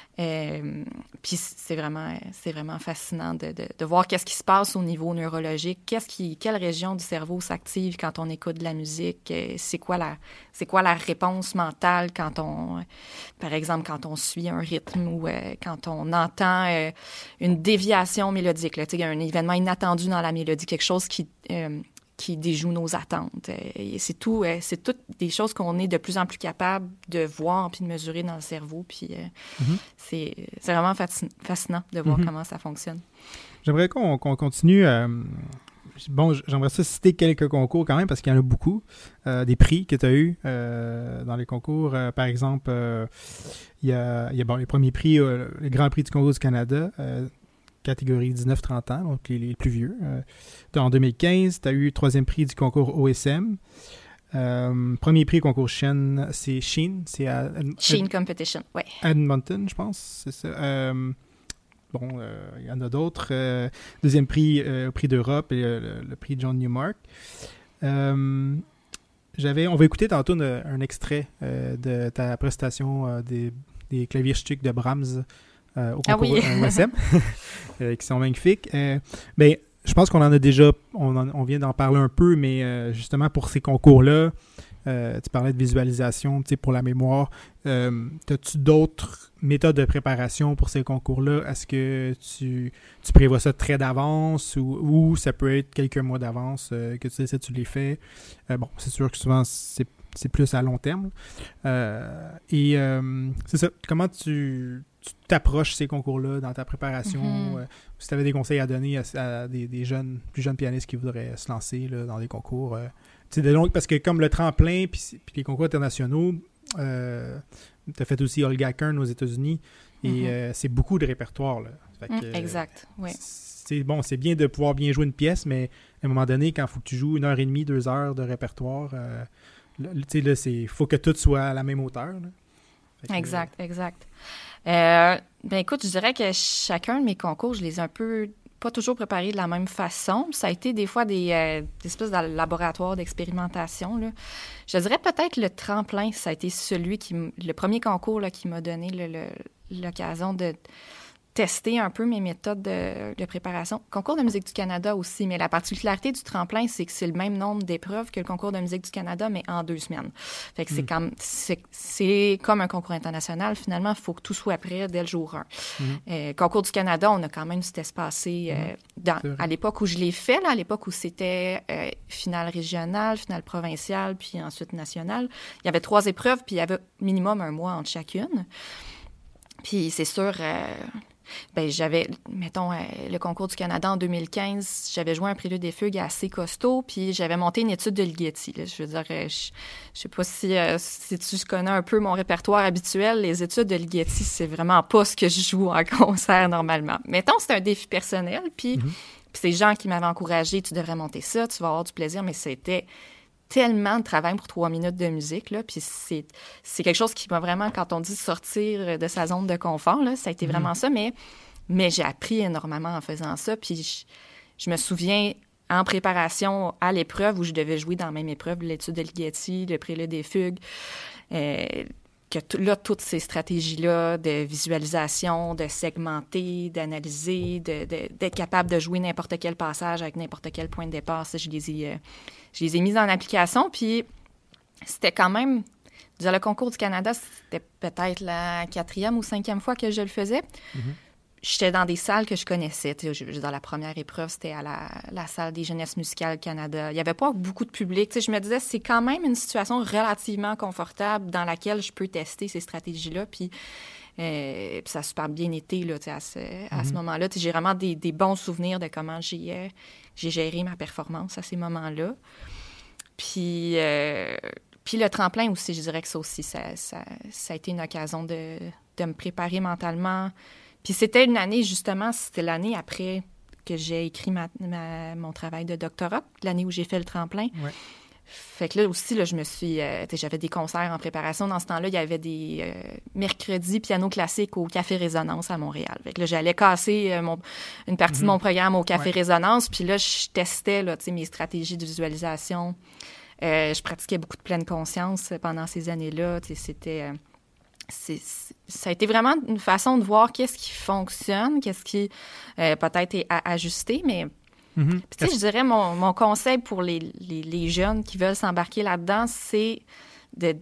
Puis c'est vraiment fascinant de voir qu'est-ce qui se passe au niveau neurologique, quelle région du cerveau s'active quand on écoute de la musique, c'est quoi la réponse mentale par exemple, quand on suit un rythme ou quand on entend une déviation mélodique, là, un événement inattendu dans la mélodie, quelque chose qui déjoue nos attentes. C'est toutes des choses qu'on est de plus en plus capable de voir puis de mesurer dans le cerveau. Puis c'est vraiment fascinant de voir comment ça fonctionne. J'aimerais qu'on continue. J'aimerais ça citer quelques concours quand même parce qu'il y en a beaucoup. Des prix que tu as eus dans les concours. Par exemple, il y a les premiers prix, le Grand Prix du Concours du Canada, catégorie 19-30 ans, donc les plus vieux. En 2015, tu as eu le 3e prix du concours OSM. Premier prix concours Sheen, c'est Sheen. C'est à Sheen Competition, oui. Edmonton, je pense, c'est ça. Il y en a d'autres. Deuxième prix, prix d'Europe et le prix John Newmark. On va écouter tantôt un extrait de ta prestation des Klavierstücke de Brahms au concours OSM, qui sont magnifiques. Mais je pense qu'on en a déjà, on vient d'en parler un peu, mais justement pour ces concours-là, tu parlais de visualisation, pour la mémoire. As-tu d'autres méthodes de préparation pour ces concours-là? Est-ce que tu prévois ça très d'avance ou ça peut être quelques mois d'avance que tu sais si tu les fais? C'est sûr que souvent, c'est plus à long terme. C'est ça. Comment tu t'approches ces concours-là dans ta préparation, si tu avais des conseils à donner à des plus jeunes pianistes qui voudraient se lancer là, dans des concours. Parce que comme le tremplin puis les concours internationaux, tu as fait aussi Olga Kern aux États-Unis et c'est beaucoup de répertoire. Là. Fait que, exact, oui. C'est bien de pouvoir bien jouer une pièce, mais à un moment donné, quand il faut que tu joues 1h30, 2 heures de répertoire, il faut que tout soit à la même hauteur. Là. Exact. Écoute, je dirais que chacun de mes concours, je les ai un peu pas toujours préparés de la même façon. Ça a été des fois des espèces de laboratoires d'expérimentation. Là. Je dirais peut-être le tremplin, ça a été le premier concours là, qui m'a donné l'occasion de tester un peu mes méthodes de préparation. Concours de musique du Canada aussi, mais la particularité du tremplin, c'est que c'est le même nombre d'épreuves que le concours de musique du Canada, mais en 2 semaines. Fait que c'est comme un concours international. Finalement, il faut que tout soit prêt dès le jour 1. Concours du Canada, on a quand même cet espacé à l'époque où je l'ai fait, là, à l'époque où c'était finale régionale, finale provinciale, puis ensuite nationale. Il y avait 3 épreuves, puis il y avait minimum 1 mois entre chacune. Puis c'est sûr... j'avais, mettons, le concours du Canada en 2015, j'avais joué un prélude des fugues assez costaud, puis j'avais monté une étude de Ligeti. Là. Je veux dire, je sais pas si tu connais un peu mon répertoire habituel, les études de Ligeti, c'est vraiment pas ce que je joue en concert normalement. Mettons, c'est un défi personnel, puis c'est les gens qui m'avaient encouragé, tu devrais monter ça, tu vas avoir du plaisir, mais c'était tellement de travail pour 3 minutes de musique, là, puis c'est quelque chose qui m'a vraiment, quand on dit sortir de sa zone de confort, là, ça a été vraiment ça, mais j'ai appris énormément en faisant ça, puis je me souviens, en préparation à l'épreuve, où je devais jouer dans la même épreuve, l'étude de Ligeti, le prélude des fugues, que toutes ces stratégies-là de visualisation, de segmenter, d'analyser, d'être capable de jouer n'importe quel passage avec n'importe quel point de départ, ça, je les ai mises en application, puis c'était quand même... Le concours du Canada, c'était peut-être la 4e ou 5e fois que je le faisais. J'étais dans des salles que je connaissais. Dans la première épreuve, c'était à la salle des Jeunesses musicales Canada. Il n'y avait pas beaucoup de public. Je me disais, c'est quand même une situation relativement confortable dans laquelle je peux tester ces stratégies-là. Puis ça a super bien été là, à ce moment-là. J'ai vraiment des bons souvenirs de comment j'ai géré ma performance à ces moments-là. Puis le tremplin aussi, je dirais que ça aussi, ça a été une occasion de me préparer mentalement. Puis c'était une année, justement, c'était l'année après que j'ai écrit mon travail de doctorat, l'année où j'ai fait le tremplin. Ouais. Fait que là aussi, là, je me suis... j'avais des concerts en préparation. Dans ce temps-là, il y avait des mercredis piano classique au Café Résonance à Montréal. Fait que là, j'allais casser une partie de mon programme au Café Résonance. Puis là, je testais là, mes stratégies de visualisation. Je pratiquais beaucoup de pleine conscience pendant ces années-là. C'était... ça a été vraiment une façon de voir qu'est-ce qui fonctionne, qu'est-ce qui peut-être est à ajuster, mais je dirais mon conseil pour les jeunes qui veulent s'embarquer là-dedans, c'est de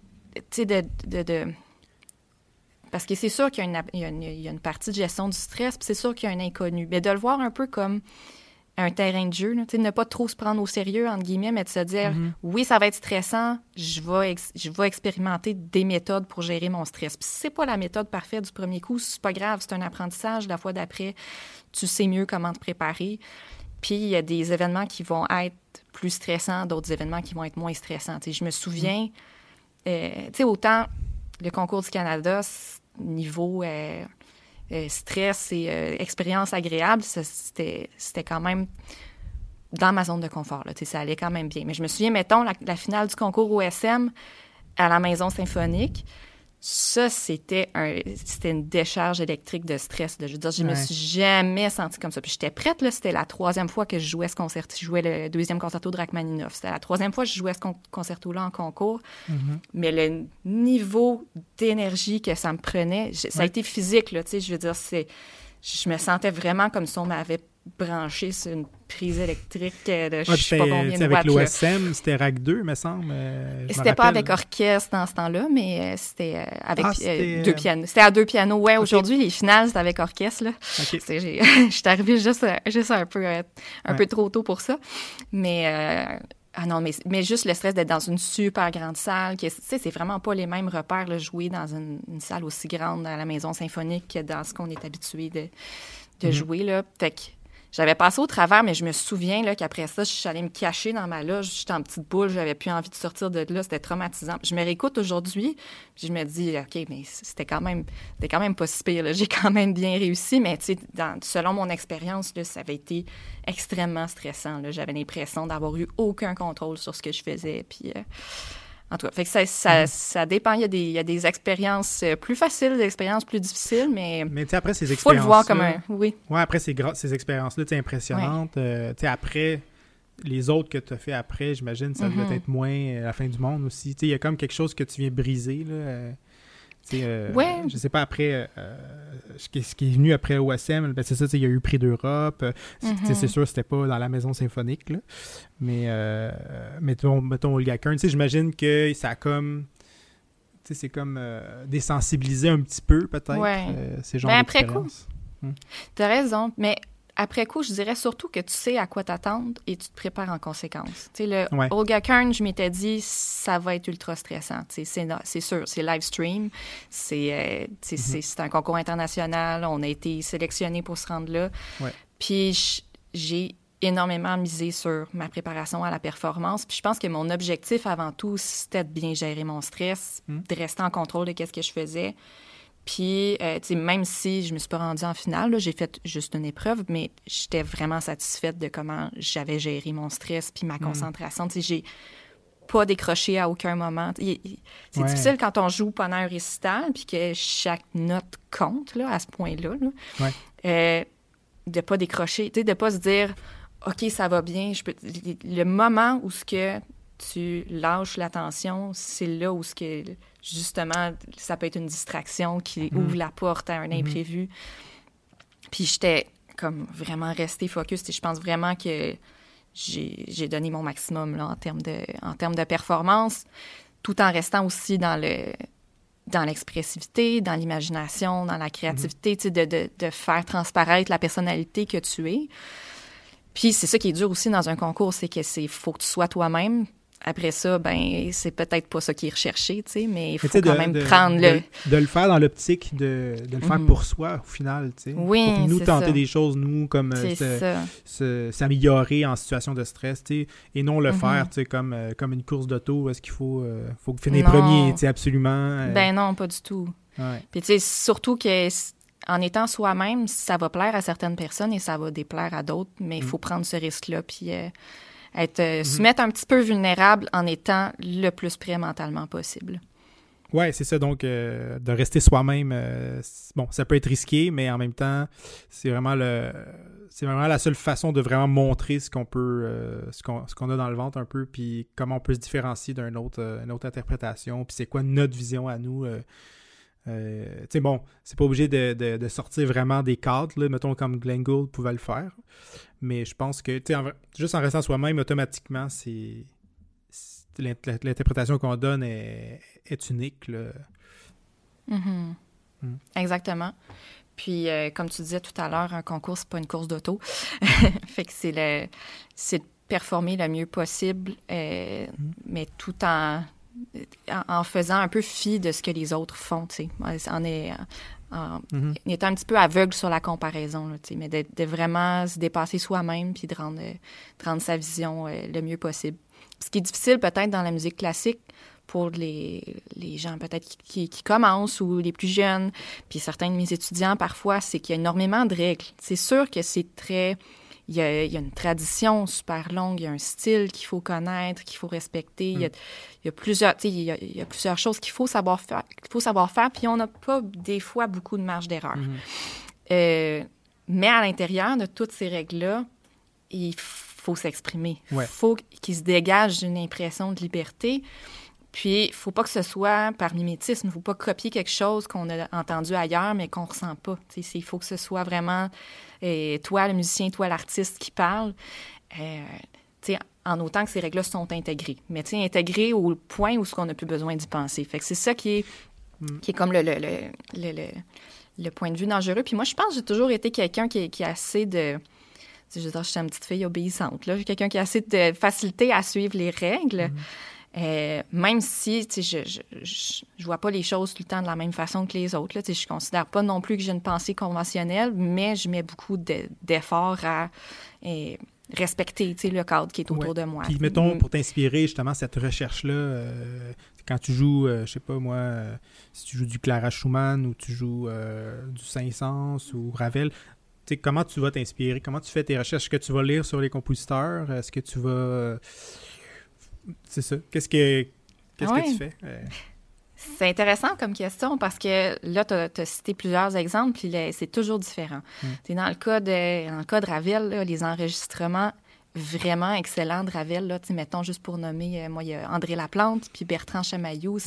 parce que c'est sûr qu'il y a une partie de gestion du stress, puis c'est sûr qu'il y a un inconnu, mais de le voir un peu comme un terrain de jeu, là, ne pas trop se prendre au sérieux, entre guillemets, mais de se dire, oui, ça va être stressant, je vais expérimenter des méthodes pour gérer mon stress. Puis si c'est pas la méthode parfaite du premier coup, c'est pas grave, c'est un apprentissage. La fois d'après, tu sais mieux comment te préparer. Puis il y a des événements qui vont être plus stressants, d'autres événements qui vont être moins stressants. Je me souviens, autant le concours du Canada, niveau... stress et expérience agréable, c'était quand même dans ma zone de confort. Là, ça allait quand même bien. Mais je me souviens, mettons, la finale du concours OSM à la Maison symphonique, ça, c'était une décharge électrique de stress. Là. Je veux dire, je me suis jamais sentie comme ça. Puis j'étais prête, là, c'était la 3e fois que je jouais ce concerto. Je jouais le 2e concerto de Rachmaninoff. C'était la 3e fois que je jouais ce concerto-là en concours. Mais le niveau d'énergie que ça me prenait, ça a été physique, là, tu sais, je veux dire, je me sentais vraiment comme si on m'avait branché sur une prise électrique de je sais pas combien de watts. Avec l'OSM, c'était RAC 2, me semble. C'était pas avec orchestre dans ce temps-là, mais c'était avec 2 pianos. C'était à 2 pianos. Ouais, aujourd'hui, les finales, c'est avec orchestre. Là. Je suis arrivée juste un peu trop tôt pour ça. Mais Ah non, mais juste le stress d'être dans une super grande salle, que, tu sais, c'est vraiment pas les mêmes repères, là, jouer dans une salle aussi grande à la Maison symphonique que dans ce qu'on est habitué de jouer, là. Fait que j'avais passé au travers, mais je me souviens là, qu'après ça, je suis allée me cacher dans ma loge. J'étais en petite boule, j'avais plus envie de sortir de là. C'était traumatisant. Je me réécoute aujourd'hui, puis je me dis, OK, mais c'était quand même pas si pire, là. J'ai quand même bien réussi, mais tu sais, selon mon expérience, là, ça avait été extrêmement stressant, là. J'avais l'impression d'avoir eu aucun contrôle sur ce que je faisais, puis... En tout cas, fait que ça dépend. Il y a des expériences plus faciles, des expériences plus difficiles, mais tu sais, après ces expériences, faut le voir comme un... Oui. Ouais, après ces expériences-là, tu sais, impressionnantes, tu sais, après, les autres que tu as fait après, j'imagine, ça devait être moins la fin du monde aussi. Tu sais, il y a comme quelque chose que tu viens briser, là. Je sais pas, après, ce qui est venu après OSM, ben c'est ça, il y a eu Prix d'Europe. C'est sûr, c'était pas dans la Maison symphonique, là. Mais mettons Olga Kern, j'imagine que ça a comme... c'est comme désensibiliser un petit peu, peut-être, ces genres d'expériences. Après coup, t'as raison, mais... Après coup, je dirais surtout que tu sais à quoi t'attendre et tu te prépares en conséquence. Tu sais, Olga Kern, je m'étais dit, ça va être ultra stressant. Tu sais, c'est sûr, c'est live stream, c'est un concours international, on a été sélectionnés pour se rendre là. Ouais. Puis j'ai énormément misé sur ma préparation à la performance. Puis je pense que mon objectif avant tout, c'était de bien gérer mon stress, de rester en contrôle de qu'est-ce que je faisais. Puis, tu sais, même si je me suis pas rendue en finale, là, j'ai fait juste une épreuve, mais j'étais vraiment satisfaite de comment j'avais géré mon stress puis ma concentration. Tu sais, j'ai pas décroché à aucun moment. C'est difficile quand on joue pendant un récital puis que chaque note compte, là, à ce point-là, là. De pas décrocher, tu sais, de pas se dire « OK, ça va bien, je peux... » Le moment où ce que tu lâches l'attention, c'est là où ce que... Justement, ça peut être une distraction qui ouvre la porte à un imprévu. Puis j'étais comme vraiment restée focus. Et je pense vraiment que j'ai donné mon maximum là, en termes de performance, tout en restant aussi dans l'expressivité, dans l'imagination, dans la créativité, tu sais, de faire transparaître la personnalité que tu es. Puis c'est ça qui est dur aussi dans un concours, c'est que faut que tu sois toi-même. Après ça, ben c'est peut-être pas ça qui est recherché, tu sais, mais il faut quand même prendre le... De le faire dans l'optique de le faire pour soi, au final, tu sais. Oui, pour nous tenter ça. des choses, nous, comme s'améliorer en situation de stress, tu sais, et non le faire, tu sais, comme une course d'auto, est-ce qu'il faut finir premier, tu sais, absolument. Ben non, pas du tout. Ouais. Puis tu sais, surtout que... En étant soi-même, ça va plaire à certaines personnes et ça va déplaire à d'autres, mais il faut prendre ce risque-là, puis... se mettre un petit peu vulnérable en étant le plus prêt mentalement possible. Oui, c'est ça. Donc, de rester soi-même, bon, ça peut être risqué, mais en même temps, c'est vraiment la seule façon de vraiment montrer ce qu'on peut, ce qu'on a dans le ventre un peu, puis comment on peut se différencier d'une autre interprétation, puis c'est quoi notre vision à nous. Tu sais, bon, c'est pas obligé de sortir vraiment des cadres, là, mettons comme Glenn Gould pouvait le faire. Mais je pense que, tu sais, juste en restant soi-même, automatiquement, l'interprétation qu'on donne est unique, là. Exactement. Puis, comme tu disais tout à l'heure, un concours, c'est pas une course d'auto. Fait que c'est de performer le mieux possible, mais tout en faisant un peu fi de ce que les autres font, tu sais, en étant un petit peu aveugle sur la comparaison, là, tu sais, mais de vraiment se dépasser soi-même puis de rendre sa vision le mieux possible. Ce qui est difficile peut-être dans la musique classique pour les gens peut-être qui commencent ou les plus jeunes, puis certains de mes étudiants parfois, c'est qu'il y a énormément de règles. C'est sûr que c'est très... Il y a une tradition super longue, il y a un style qu'il faut connaître, qu'il faut respecter. Il y a plusieurs, il y a plusieurs choses qu'il faut savoir faire, puis on n'a pas des fois beaucoup de marge d'erreur. Mais à l'intérieur de toutes ces règles-là, il faut s'exprimer. Il faut qu'il se dégage une impression de liberté. Puis, il ne faut pas que ce soit par mimétisme. Il ne faut pas copier quelque chose qu'on a entendu ailleurs, mais qu'on ne ressent pas. Il faut que ce soit vraiment toi, le musicien, toi, l'artiste qui parle, en autant que ces règles-là sont intégrées. Mais intégrées au point où on n'a plus besoin d'y penser. Fait que c'est ça qui est comme le point de vue dangereux. Puis moi, je pense que j'ai toujours été quelqu'un qui a assez de je veux dire, je suis une petite fille obéissante, là. J'ai quelqu'un qui a assez de facilité à suivre les règles. Même si, tu sais, je vois pas les choses tout le temps de la même façon que les autres, là. Tu sais, je considère pas non plus que j'ai une pensée conventionnelle, mais je mets beaucoup d'efforts à respecter, tu sais, le cadre qui est autour de moi. Puis, mettons, pour t'inspirer, justement, cette recherche-là, quand tu joues, je sais pas moi, si tu joues du Clara Schumann ou tu joues du Saint-Saëns ou Ravel, tu sais, comment tu vas t'inspirer? Comment tu fais tes recherches? Est-ce que tu vas lire sur les compositeurs? Est-ce que tu vas... C'est ça. Qu'est-ce que tu fais? C'est intéressant comme question parce que là, tu as cité plusieurs exemples, puis c'est toujours différent. Dans le cas de Ravel, là, les enregistrements vraiment excellents de Ravel, là, mettons juste pour nommer, moi, il y a André Laplante, puis Bertrand Chamaillou.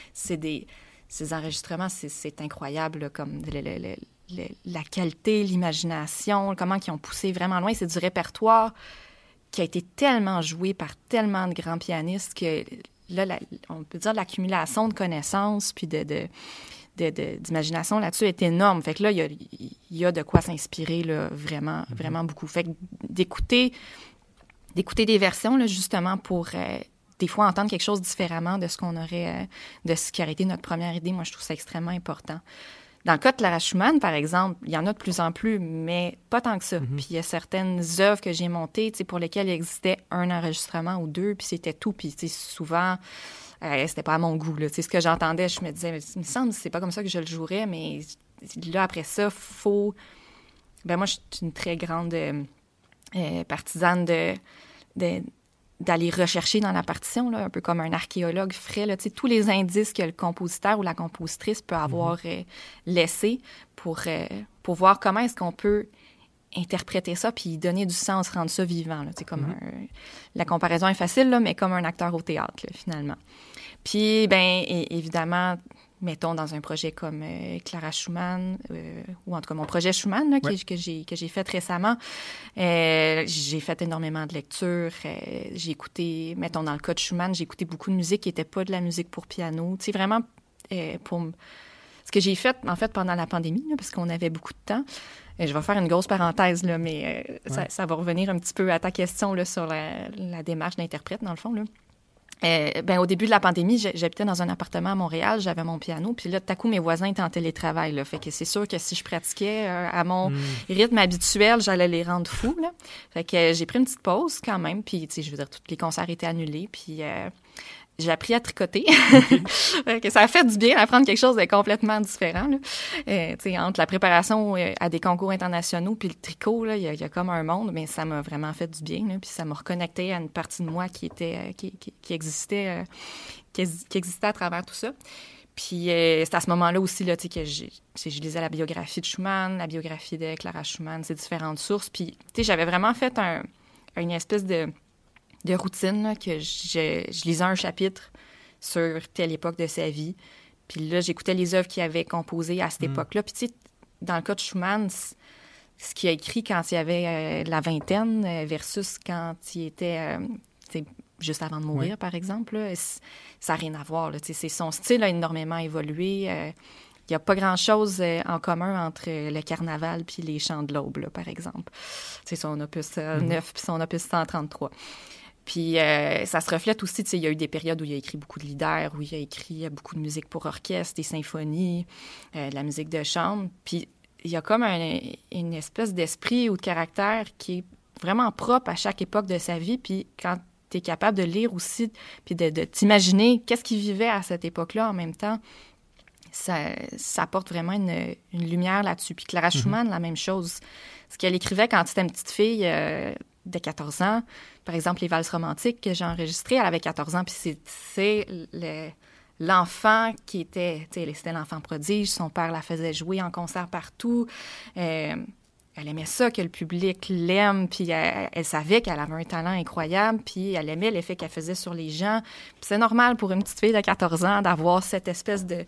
Ces enregistrements, c'est incroyable, là, comme la qualité, l'imagination, comment ils ont poussé vraiment loin. C'est du répertoire qui a été tellement joué par tellement de grands pianistes que là, on peut dire l'accumulation de connaissances puis d'imagination là-dessus est énorme. Fait que là, il y a de quoi s'inspirer là, vraiment, vraiment beaucoup. Fait que d'écouter des versions, là, justement, pour des fois entendre quelque chose différemment de ce qu'on aurait, de ce qui aurait été notre première idée, moi, je trouve ça extrêmement important. Dans le cas de Clara Schumann, par exemple, il y en a de plus en plus, mais pas tant que ça. Puis il y a certaines œuvres que j'ai montées, pour lesquelles il existait un enregistrement ou deux, puis c'était tout. Puis souvent, c'était pas à mon goût. Là. Ce que j'entendais, je me disais, il me semble que c'est pas comme ça que je le jouerais, mais là, après ça, faut... moi, je suis une très grande partisane d'aller rechercher dans la partition, là, un peu comme un archéologue ferait, là, tous les indices que le compositeur ou la compositrice peut avoir laissés pour voir comment est-ce qu'on peut interpréter ça puis donner du sens, rendre ça vivant. Là, comme la comparaison est facile, là, mais comme un acteur au théâtre, là, finalement. Puis, évidemment... mettons, dans un projet comme Clara Schumann, ou en tout cas mon projet Schumann, là, que j'ai fait récemment, j'ai fait énormément de lectures. J'ai écouté, mettons, dans le cas de Schumann, j'ai écouté beaucoup de musique qui n'était pas de la musique pour piano. Tu sais, vraiment, ce que j'ai fait, en fait, pendant la pandémie, là, parce qu'on avait beaucoup de temps. Je vais faire une grosse parenthèse, là, mais ça va revenir un petit peu à ta question là, sur la démarche d'interprète, dans le fond, là. Au début de la pandémie, j'habitais dans un appartement à Montréal, j'avais mon piano, puis là, tout à coup, mes voisins étaient en télétravail, là. Fait que c'est sûr que si je pratiquais à mon rythme habituel, j'allais les rendre fous, là. Fait que j'ai pris une petite pause quand même, puis, tu sais, je veux dire, tous les concerts étaient annulés, puis j'ai appris à tricoter. Que ça a fait du bien d'apprendre quelque chose de complètement différent, là. Tu sais, entre la préparation à des concours internationaux puis le tricot, là, il y a comme un monde, mais ça m'a vraiment fait du bien, là, puis ça m'a reconnecté à une partie de moi qui existait à travers tout ça. Puis c'est à ce moment-là aussi là, tu sais, que je lisais la biographie de Schumann, la biographie de Clara Schumann, ces différentes sources. Puis, tu sais, j'avais vraiment fait une espèce de routine, là, que je lisais un chapitre sur telle époque de sa vie. Puis là, j'écoutais les œuvres qu'il avait composées à cette époque-là. Puis tu sais, dans le cas de Schumann, ce qu'il a écrit quand il avait la vingtaine versus quand il était juste avant de mourir, par exemple, là, ça n'a rien à voir. Là, son style a énormément évolué. Il n'y a pas grand-chose en commun entre le carnaval puis les chants de l'aube, là, par exemple. C'est son opus 9 puis son opus 133. Puis ça se reflète aussi, tu sais, il y a eu des périodes où il a écrit beaucoup de lieder, où il a écrit beaucoup de musique pour orchestre, des symphonies, de la musique de chambre. Puis il y a comme une espèce d'esprit ou de caractère qui est vraiment propre à chaque époque de sa vie. Puis quand tu es capable de lire aussi, puis de t'imaginer qu'est-ce qu'il vivait à cette époque-là en même temps, ça apporte vraiment une lumière là-dessus. Puis Clara Schumann, la même chose. Ce qu'elle écrivait quand c'était une petite fille de 14 ans, par exemple, les valses romantiques que j'ai enregistrées, elle avait 14 ans, puis c'est l'enfant qui était, tu sais, c'était l'enfant prodige, son père la faisait jouer en concert partout, elle aimait ça, que le public l'aime, puis elle savait qu'elle avait un talent incroyable, puis elle aimait l'effet qu'elle faisait sur les gens. Puis c'est normal pour une petite fille de 14 ans d'avoir cette espèce de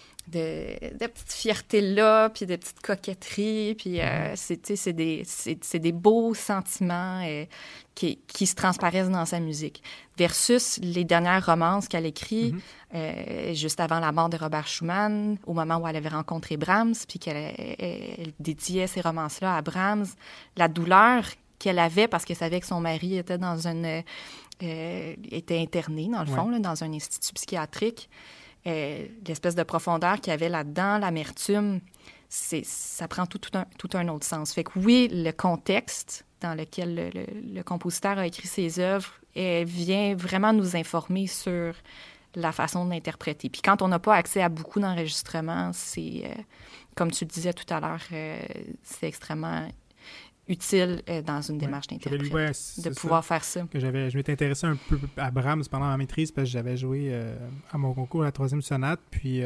petite fierté-là, puis de petites coquetteries, puis c'est des beaux sentiments qui se transparaissent dans sa musique. Versus les dernières romances qu'elle écrit juste avant la mort de Robert Schumann, au moment où elle avait rencontré Brahms, puis qu'elle dédiait ces romances-là à Brahms. La douleur qu'elle avait parce qu'elle savait que son mari était était interné, dans le fond, là, dans un institut psychiatrique. L'espèce de profondeur qu'il y avait là-dedans, l'amertume, ça prend tout un autre sens. Fait que oui, le contexte dans lequel le compositeur a écrit ses œuvres vient vraiment nous informer sur la façon d'interpréter. Puis quand on n'a pas accès à beaucoup d'enregistrements, c'est, comme tu le disais tout à l'heure, c'est extrêmement utile dans une démarche d'interprète de pouvoir faire ça. Je m'étais intéressé un peu à Brahms pendant ma maîtrise parce que j'avais joué à mon concours la 3e sonate, puis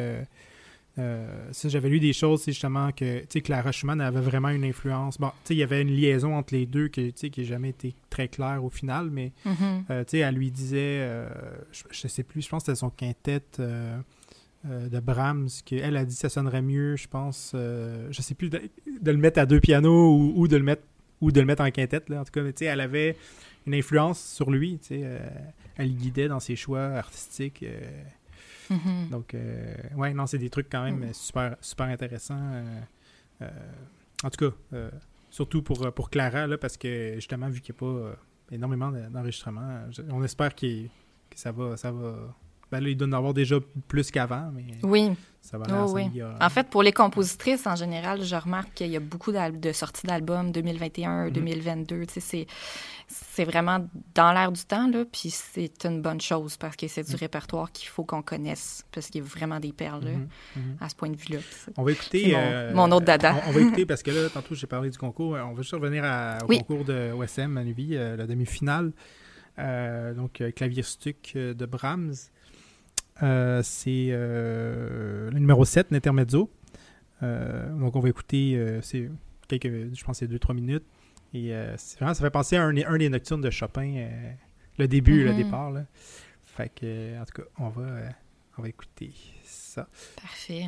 ça, j'avais lu des choses justement que Clara Schumann avait vraiment une influence. Bon, il y avait une liaison entre les deux qui n'a jamais été très claire au final, mais elle lui disait, je sais plus, je pense que c'était son quintet de Brahms, qu'elle a dit que ça sonnerait mieux, je pense, je sais plus, de le mettre à 2 pianos ou de le mettre en quintette, là. En tout cas, elle avait une influence sur lui, elle le guidait dans ses choix artistiques. Donc, non, c'est des trucs quand même super, super intéressants. En tout cas, surtout pour Clara, là, parce que justement, vu qu'il n'y a pas énormément d'enregistrements, on espère que ça va. Ben là, il doit en avoir déjà plus qu'avant, mais ça va aller En fait, pour les compositrices, en général, je remarque qu'il y a beaucoup de sorties d'albums 2021, 2022. C'est vraiment dans l'air du temps, là, puis c'est une bonne chose parce que c'est du répertoire qu'il faut qu'on connaisse, parce qu'il y a vraiment des perles là, à ce point de vue-là. On va écouter... mon autre dada. On va écouter, parce que là, tantôt, j'ai parlé du concours. On va juste revenir au concours de OSM à Lévis, la demi-finale. Donc, Clavier Stuck de Brahms. C'est le numéro 7, l'Intermezzo. Donc, on va écouter, je pense, c'est 2-3 minutes. Et c'est vraiment, ça fait penser à un des nocturnes de Chopin, le début, le départ. Là. Fait que, en tout cas, on va écouter ça. Parfait.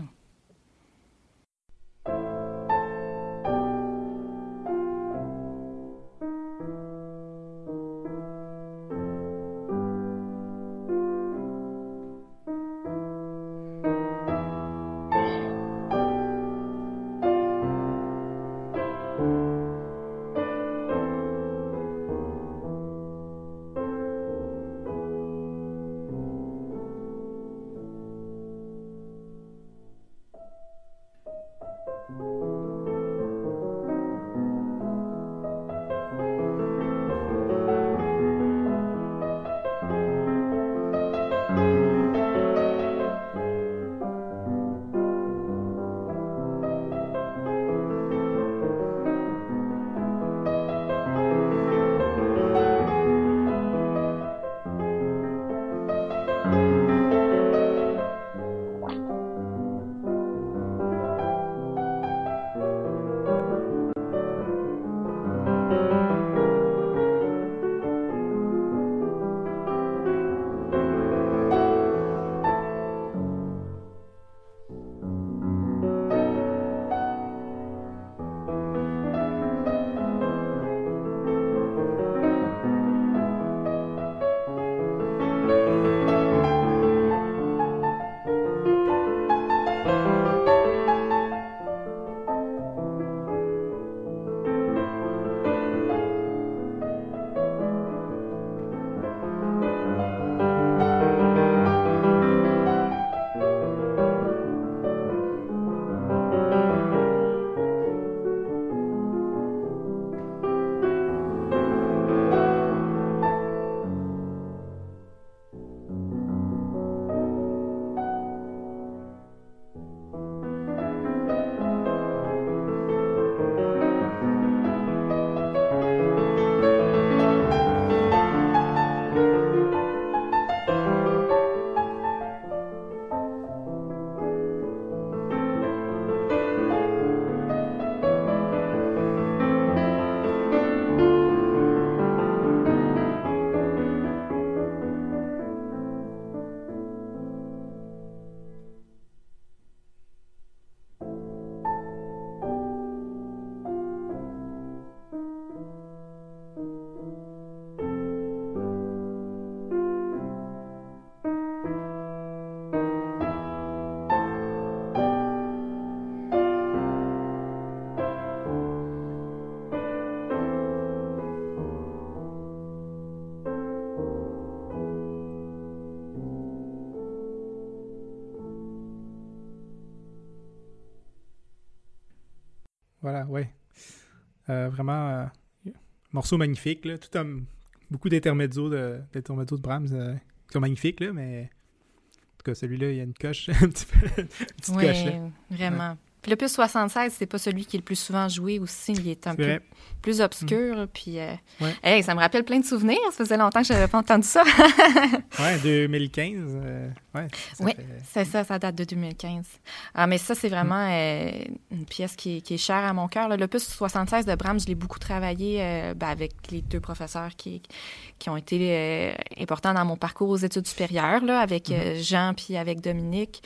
Voilà, ouais. Vraiment, morceau magnifique, là. Tout beaucoup d'intermezzo de Brahms qui sont magnifiques, là, mais en tout cas, celui-là, il y a une coche, un petit peu, une petite coche, là. Vraiment. Ouais. Puis l'opus 76, c'est pas celui qui est le plus souvent joué aussi. Il est un peu plus obscur. Puis, hey, ça me rappelle plein de souvenirs. Ça faisait longtemps que je n'avais pas entendu ça. Ouais, 2015. Oui, c'est ça, ça date de 2015. Ah, mais ça, c'est vraiment une pièce qui est chère à mon cœur. Là. L'opus 76 de Brahms, je l'ai beaucoup travaillé avec les deux professeurs qui ont été importants dans mon parcours aux études supérieures, là, avec Jean puis avec Dominique.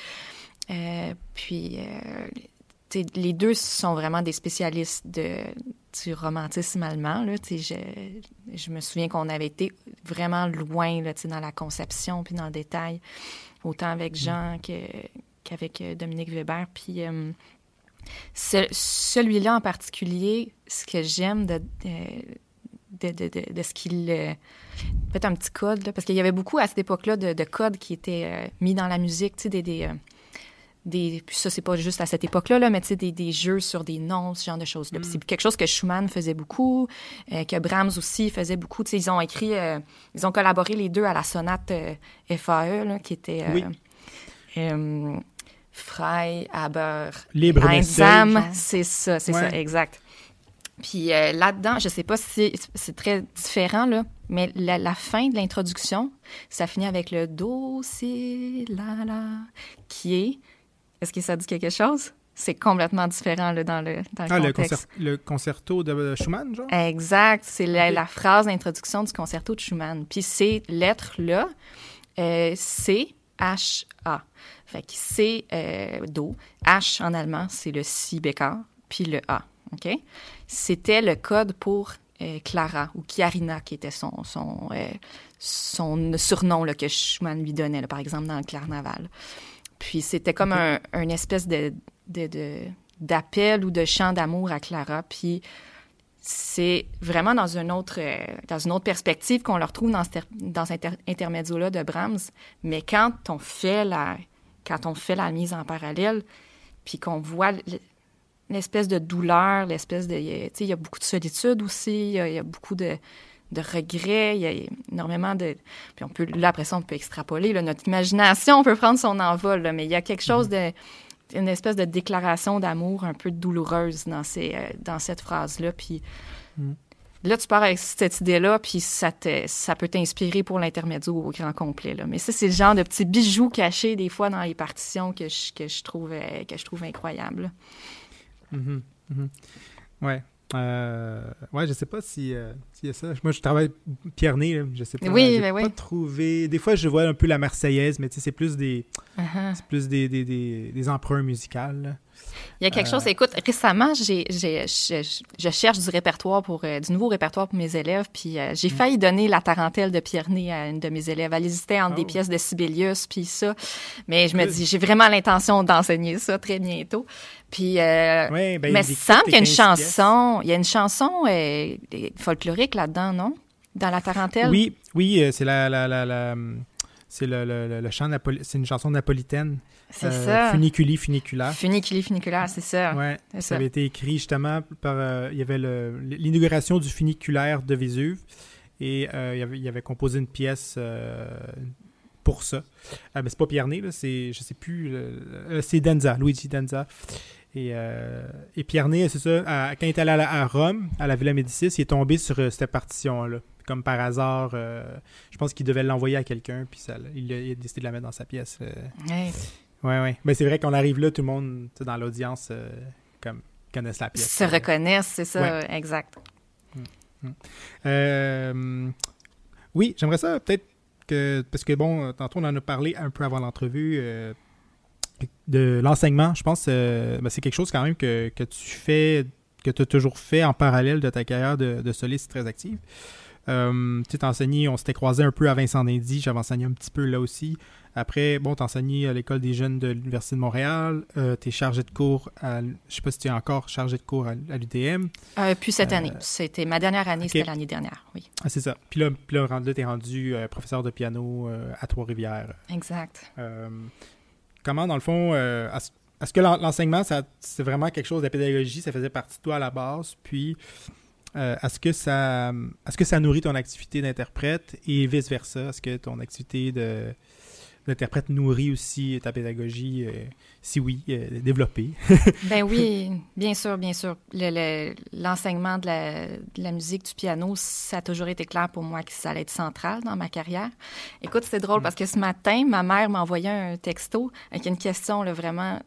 Les deux sont vraiment des spécialistes du romantisme allemand. Là, je me souviens qu'on avait été vraiment loin là, dans la conception puis dans le détail, autant avec Jean qu'avec Dominique Weber. Puis celui-là en particulier, ce que j'aime de ce qu'il... peut-être un petit code, là, parce qu'il y avait beaucoup à cette époque-là de codes qui étaient mis dans la musique, tu sais, puis ça, c'est pas juste à cette époque-là, là, mais tu sais, des jeux sur des noms, ce genre de choses-là. Puis c'est quelque chose que Schumann faisait beaucoup, que Brahms aussi faisait beaucoup. Tu sais, ils ont collaboré les deux à la sonate FAE, là, qui était Frei, aber einsam. C'est ça, exact. Puis là-dedans, je sais pas si c'est très différent, là, mais la fin de l'introduction, ça finit avec le do, si, la, qui est... Est-ce que ça dit quelque chose? C'est complètement différent là, dans le contexte. Le concerto de Schumann, genre? Exact. C'est la phrase d'introduction du concerto de Schumann. Puis ces lettres-là, C, H, A. Fait que C, Do. H, en allemand, c'est le Si bécard, puis le A. OK? C'était le code pour Clara, ou Chiarina, qui était son surnom là, que Schumann lui donnait, là, par exemple, dans le Carnaval. Puis c'était comme une espèce d'appel ou de chant d'amour à Clara. Puis c'est vraiment dans une autre perspective qu'on le retrouve dans cet intermezzo-là de Brahms. Mais quand on fait la mise en parallèle, puis qu'on voit l'espèce de douleur, l'espèce de... Tu sais, il y a beaucoup de solitude aussi, il y a beaucoup de regrets, il y a énormément de... Puis après ça, on peut extrapoler, là, notre imagination, on peut prendre son envol, là, mais il y a quelque chose une espèce de déclaration d'amour un peu douloureuse dans cette phrase-là, puis là, tu pars avec cette idée-là, puis ça peut t'inspirer pour l'intermezzo au grand complet, là. Mais ça, c'est le genre de petits bijoux cachés, des fois, dans les partitions que je trouve incroyables. Ouais. Je sais pas s'il y a ça. Moi, je travaille Pierné, là, je sais pas. Oui, j'ai pas trouvé... Des fois, je vois un peu la Marseillaise, mais tu sais, c'est plus des emprunts musicales, là. Il y a quelque chose... Écoute, récemment, je cherche du nouveau répertoire pour mes élèves, puis j'ai failli donner la tarentelle de Pierné à une de mes élèves. Elle hésitait entre des pièces de Sibelius, puis ça. Mais je me dis, j'ai vraiment l'intention d'enseigner ça très bientôt. Puis, mais il semble qu'il y a une chanson folklorique là-dedans, non? Dans la tarentelle? Oui, c'est c'est le chant c'est une chanson napolitaine. C'est ça. Funiculi funiculaire. Funiculi funiculaire, c'est ça. Ouais, ça avait été écrit justement par... il y avait l'inauguration du funiculaire de Vésuve et il avait composé une pièce pour ça. Mais c'est pas Pierné, là, je sais plus... c'est Denza, Luigi Denza. Et Pierné, c'est ça, quand il est allé à Rome, à la Villa Médicis, il est tombé sur cette partition-là. Comme par hasard, je pense qu'il devait l'envoyer à quelqu'un, puis il a décidé de la mettre dans sa pièce. Ouais. Mais c'est vrai qu'on arrive là, tout le monde dans l'audience comme connaissent la pièce. Se reconnaissent, c'est ça, ouais. Exact. Oui, j'aimerais ça peut-être parce que bon, tantôt on en a parlé un peu avant l'entrevue de l'enseignement. Je pense que c'est quelque chose quand même que tu fais, que tu as toujours fait en parallèle de ta carrière de soliste très active. Tu sais, t'enseignais, on s'était croisés un peu à Vincent d'Indy, j'avais enseigné un petit peu là aussi. Après, bon, t'enseignais à l'École des jeunes de l'Université de Montréal, t'es chargé de cours je sais pas si tu es encore chargé de cours à l'UDM. Puis cette année, c'était ma dernière année, okay. C'était l'année dernière, oui. Ah, c'est ça. Puis là t'es rendu professeur de piano à Trois-Rivières. Exact. Comment, dans le fond, est-ce que l'enseignement, c'est vraiment quelque chose de la pédagogie, ça faisait partie de toi à la base, puis est-ce que ça nourrit ton activité d'interprète et vice-versa? Est-ce que ton activité d'interprète nourrit aussi ta pédagogie? Si oui, développée. Ben oui, bien sûr, bien sûr. L'enseignement de la musique, du piano, ça a toujours été clair pour moi que ça allait être central dans ma carrière. Écoute, c'est drôle parce que ce matin, ma mère m'a envoyé un texto avec une question là, vraiment...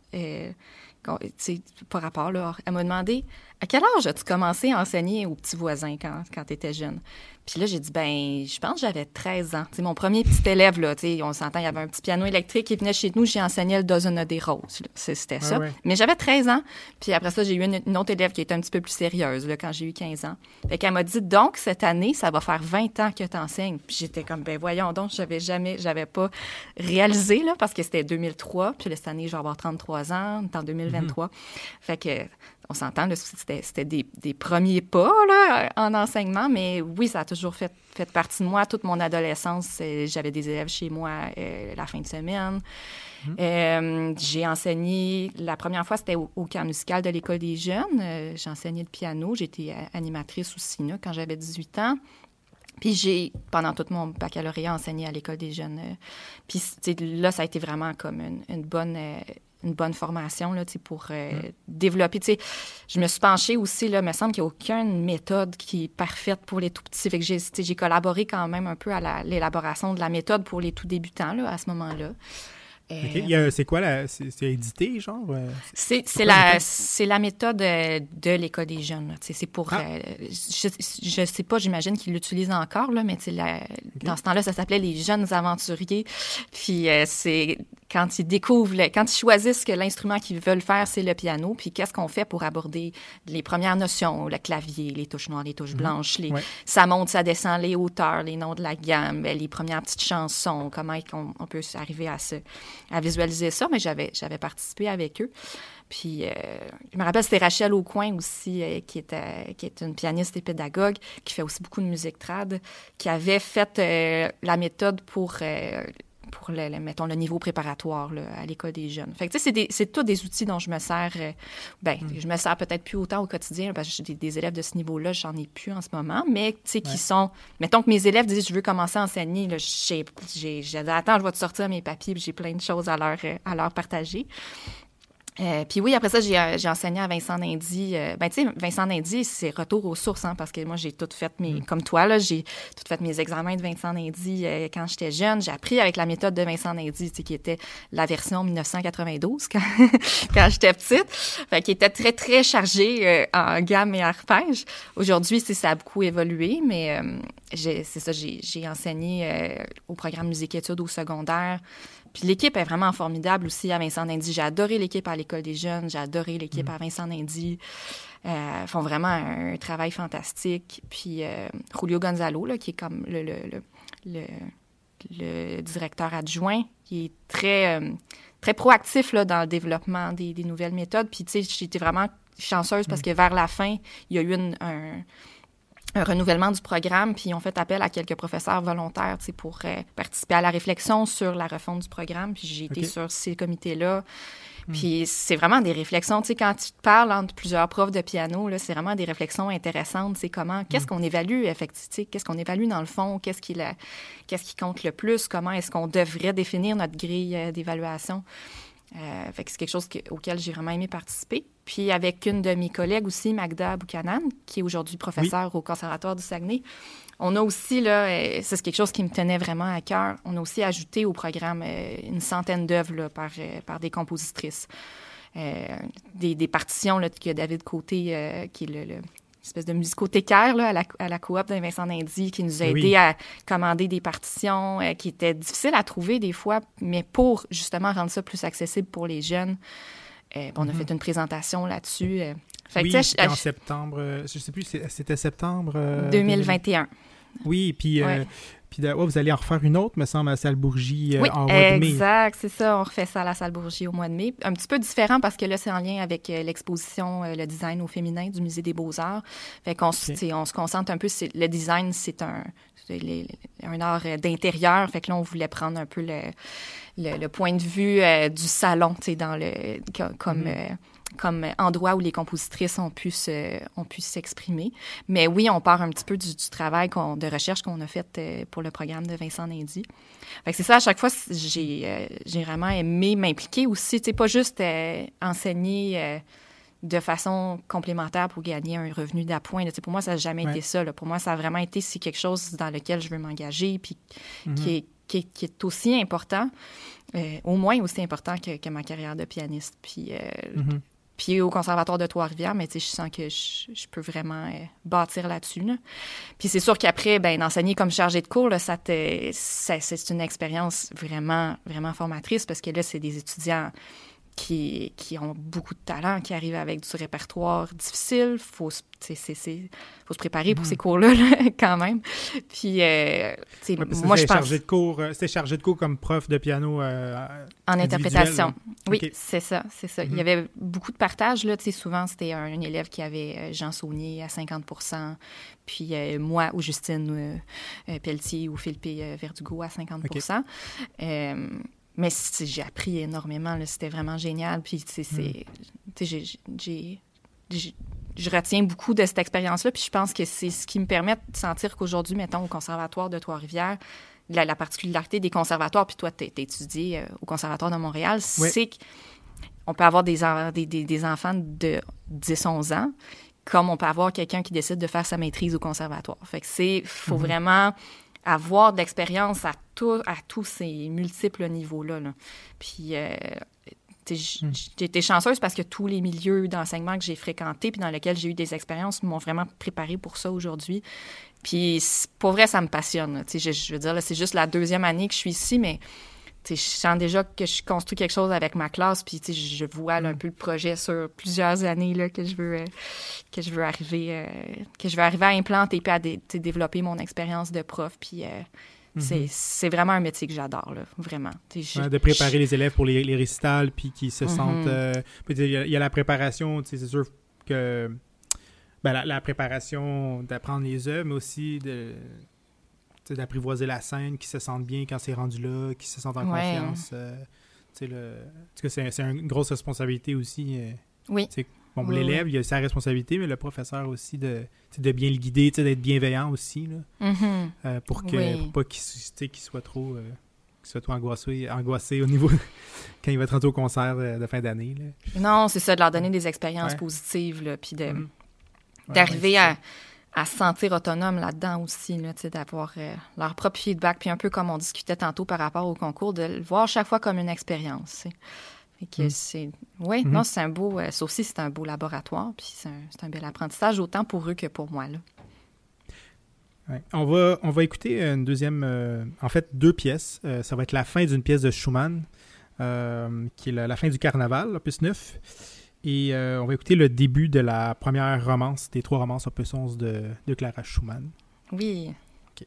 par rapport, là, elle m'a demandé « À quel âge as-tu commencé à enseigner aux petits voisins quand tu étais jeune? » Puis là, j'ai dit « Ben, je pense que j'avais 13 ans. » Mon premier petit élève, là, on s'entend, il y avait un petit piano électrique qui venait chez nous, j'ai enseigné le Dozen des Roses. C'était ça. Ouais. Mais j'avais 13 ans. Puis après ça, j'ai eu une autre élève qui était un petit peu plus sérieuse là, quand j'ai eu 15 ans. Fait qu'elle m'a dit « Donc, cette année, ça va faire 20 ans que tu enseignes. » Puis j'étais comme « Ben voyons donc, j'avais pas réalisé, là, parce que c'était 2003. Puis là, cette année, je vais avoir 33 ans. On est en 2023. Fait que... On s'entend, là, c'était des premiers pas là, en enseignement, mais oui, ça a toujours fait partie de moi. Toute mon adolescence, j'avais des élèves chez moi la fin de semaine. J'ai enseigné, la première fois, c'était au camp musical de l'École des jeunes. J'ai enseigné le piano. J'étais animatrice aussi là, quand j'avais 18 ans. Puis j'ai, pendant tout mon baccalauréat, enseigné à l'École des jeunes. Puis là, ça a été vraiment comme une bonne formation là, pour développer. Je me suis penchée aussi, là, il me semble qu'il n'y a aucune méthode qui est parfaite pour les tout-petits. Fait que j'ai collaboré quand même un peu à l'élaboration de la méthode pour les tout débutants là, à ce moment-là. Okay. C'est quoi c'est édité, genre? C'est la méthode de l'École des jeunes. C'est pour... je sais pas, j'imagine qu'ils l'utilisent encore, là, mais dans ce temps-là, ça s'appelait les jeunes aventuriers. Puis c'est quand ils découvrent, quand ils choisissent que l'instrument qu'ils veulent faire, c'est le piano, puis qu'est-ce qu'on fait pour aborder les premières notions, le clavier, les touches noires, les touches blanches, ça monte, ça descend, les hauteurs, les noms de la gamme, les premières petites chansons, comment on peut arriver à visualiser ça, mais j'avais participé avec eux. Puis, je me rappelle, c'était Rachel Aucoin aussi, qui est une pianiste et pédagogue, qui fait aussi beaucoup de musique trad, qui avait fait la méthode pour mettons, le niveau préparatoire là, à l'École des jeunes. Fait que, tu sais, c'est tous des outils dont je me sers. Je me sers peut-être plus autant au quotidien, là, parce que j'ai des élèves de ce niveau-là, j'en ai plus en ce moment, mais, tu sais, qui sont... Mettons que mes élèves disent « Je veux commencer à enseigner », là, j'ai dit « Attends, je vais te sortir mes papiers, puis j'ai plein de choses à leur partager. » Puis oui, après ça, j'ai enseigné à Vincent Dindy. Tu sais, Vincent Dindy, c'est retour aux sources, hein, parce que moi, j'ai tout fait comme toi, là, j'ai tout fait mes examens de Vincent Dindy quand j'étais jeune. J'ai appris avec la méthode de Vincent Dindy, tu sais, qui était la version 1992 quand j'étais petite. Fait qui était très, très chargée en gamme et arpège. Aujourd'hui, ça a beaucoup évolué, mais j'ai enseigné au programme musique-études au secondaire. Puis l'équipe est vraiment formidable aussi à Vincent Dindy. J'ai adoré l'équipe à l'École des jeunes, j'ai adoré l'équipe à Vincent Dindy. Font vraiment un travail fantastique. Puis Julio Gonzalo, là, qui est comme le directeur adjoint, qui est très, très proactif là, dans le développement des nouvelles méthodes. Puis tu sais, j'étais vraiment chanceuse parce que vers la fin, il y a eu un renouvellement du programme, puis on fait appel à quelques professeurs volontaires, tu sais, pour participer à la réflexion sur la refonte du programme. Puis j'ai été sur ces comités-là. Puis c'est vraiment des réflexions, tu sais, quand tu te parles entre plusieurs profs de piano, là, c'est vraiment des réflexions intéressantes. C'est qu'est-ce qu'on évalue, effectivement, qu'est-ce qu'on évalue dans le fond, qu'est-ce qui compte le plus, comment est-ce qu'on devrait définir notre grille d'évaluation. Fait que c'est quelque chose auquel j'ai vraiment aimé participer. Puis avec une de mes collègues aussi, Magda Buchanan, qui est aujourd'hui professeure au Conservatoire du Saguenay, on a aussi, là, c'est quelque chose qui me tenait vraiment à cœur, on a aussi ajouté au programme une centaine d'œuvres là, par des compositrices. Des partitions là, que David Côté, qui est espèce de musicothécaire là, à la coop de Vincent Dindy, qui nous a aidé à commander des partitions qui étaient difficiles à trouver des fois, mais pour justement rendre ça plus accessible pour les jeunes. On a fait une présentation là-dessus. En septembre, je ne sais plus, c'était septembre... 2021. Oui, puis Puis vous allez en refaire une autre, me semble, à la salle Bourgie oui, en mois de mai. Exact, c'est ça. On refait ça à la salle Bourgie au mois de mai. Un petit peu différent parce que là, c'est en lien avec l'exposition Le design au féminin du Musée des Beaux-Arts. Fait qu'on on se concentre un peu. Le design, c'est un art d'intérieur. Fait que là, on voulait prendre un peu le point de vue du salon, tu sais, dans comme endroit où les compositrices ont pu s'exprimer. Mais oui, on part un petit peu du travail de recherche qu'on a fait pour le programme de Vincent Nindy. Fait que c'est ça, à chaque fois, j'ai vraiment aimé m'impliquer aussi, tu sais, pas juste enseigner de façon complémentaire pour gagner un revenu d'appoint. Là. Pour moi, ça n'a jamais été ça. Là. Pour moi, ça a vraiment été c'est quelque chose dans lequel je veux m'engager puis qui est aussi important, au moins aussi important que ma carrière de pianiste. Puis au Conservatoire de Trois-Rivières, mais tu sais, je sens que je peux vraiment bâtir là-dessus. Là. Puis c'est sûr qu'après, d'enseigner comme chargée de cours, là, c'est une expérience vraiment, vraiment formatrice parce que là, c'est des étudiants qui ont beaucoup de talent, qui arrivent avec du répertoire difficile. Faut se préparer pour ces cours-là, là, quand même. Puis, moi, je pense... C'était chargé de cours comme prof de piano en interprétation. Oui, okay. C'est ça. Il y avait beaucoup de partage, là. Souvent, c'était un élève qui avait Jean Saunier à 50%, puis moi ou Justine Pelletier ou Philippe Verdugo à 50%. Okay. Mais j'ai appris énormément, là, c'était vraiment génial. Puis, je retiens beaucoup de cette expérience-là. Puis, je pense que c'est ce qui me permet de sentir qu'aujourd'hui, mettons, au Conservatoire de Trois-Rivières, la particularité des conservatoires, puis toi, tu étudié au Conservatoire de Montréal, c'est qu'on peut avoir des enfants de 10-11 ans, comme on peut avoir quelqu'un qui décide de faire sa maîtrise au Conservatoire. Fait que faut vraiment avoir de l'expérience à tous ces multiples niveaux-là. Là. Puis, j'ai été chanceuse parce que tous les milieux d'enseignement que j'ai fréquentés puis dans lesquels j'ai eu des expériences m'ont vraiment préparée pour ça aujourd'hui. Puis, pour vrai, ça me passionne. Je veux dire, là, c'est juste la 2e année que je suis ici, mais je sens déjà que je construis quelque chose avec ma classe, puis je voile un peu le projet sur plusieurs années là, que je veux arriver à implanter puis à développer mon expérience de prof. Puis c'est vraiment un métier que j'adore, là, vraiment. De préparer les élèves pour les récitals, puis qu'ils se sentent... il y a la préparation, c'est sûr que... la préparation d'apprendre les œuvres, mais aussi d'apprivoiser la scène, qu'ils se sentent bien quand c'est rendu là, qu'ils se sentent en confiance. En tout cas, c'est une grosse responsabilité aussi. L'élève, il a sa responsabilité, mais le professeur aussi de bien le guider, d'être bienveillant aussi, là, pour pas qu'il soit trop angoissé au niveau quand il va être rendu au concert de fin d'année. Là. Non, c'est ça, de leur donner des expériences positives, là, puis d'arriver à se sentir autonome là-dedans aussi, là, d'avoir leur propre feedback, puis un peu comme on discutait tantôt par rapport au concours, de le voir chaque fois comme une expérience. Et que c'est... Oui, non, c'est un beau... ça aussi, c'est un beau laboratoire, puis c'est un bel apprentissage, autant pour eux que pour moi, là. Ouais. On va écouter une deuxième... en fait, 2 pièces. Ça va être la fin d'une pièce de Schumann, qui est la fin du Carnaval, opus 9. Et on va écouter le début de la première romance, des 3 romances opus 11 de Clara Schumann. Oui. OK.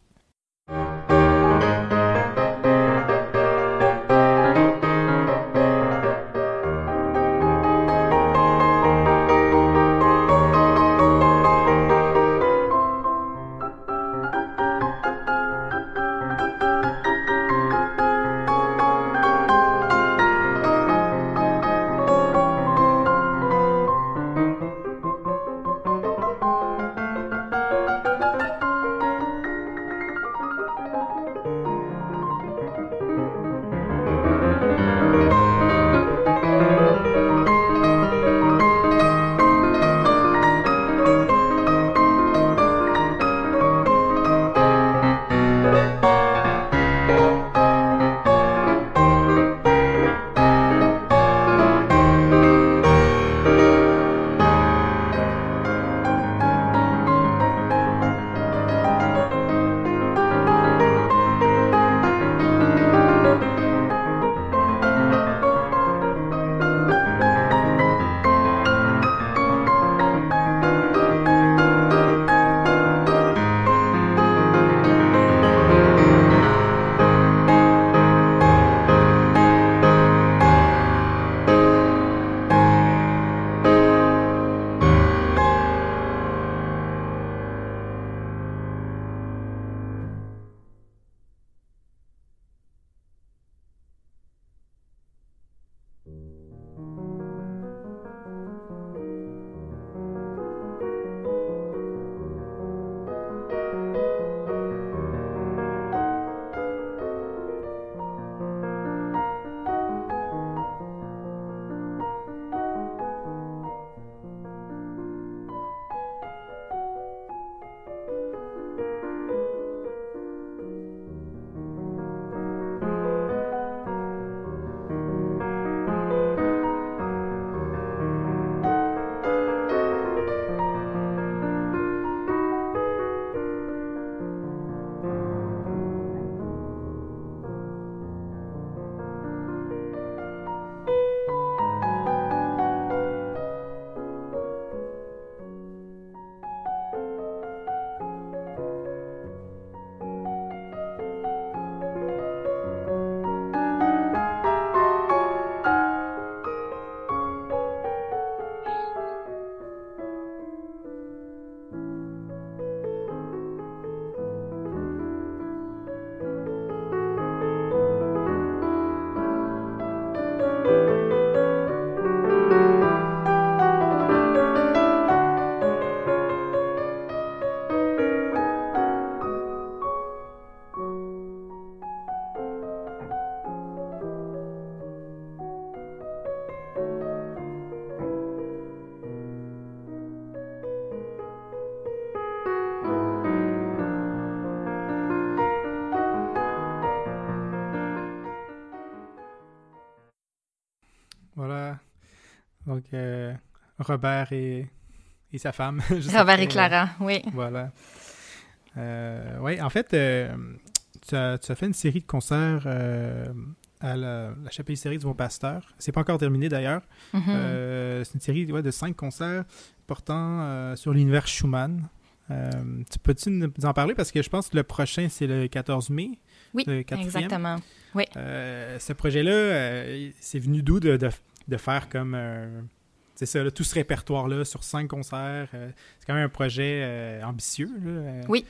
Voilà. Donc, Robert et sa femme. Robert et Clara, oui. Voilà. Oui, en fait, tu as fait une série de concerts à la Chapelle historique du Bon-Pasteur. C'est pas encore terminé, d'ailleurs. C'est une série de 5 concerts portant sur l'univers Schumann. Peux-tu nous en parler? Parce que je pense que le prochain, c'est le 14 mai. Oui, exactement. Oui. Ce projet-là, c'est venu d'où de faire comme... c'est ça, là, tout ce répertoire-là sur 5 concerts. C'est quand même un projet ambitieux. Là. Oui.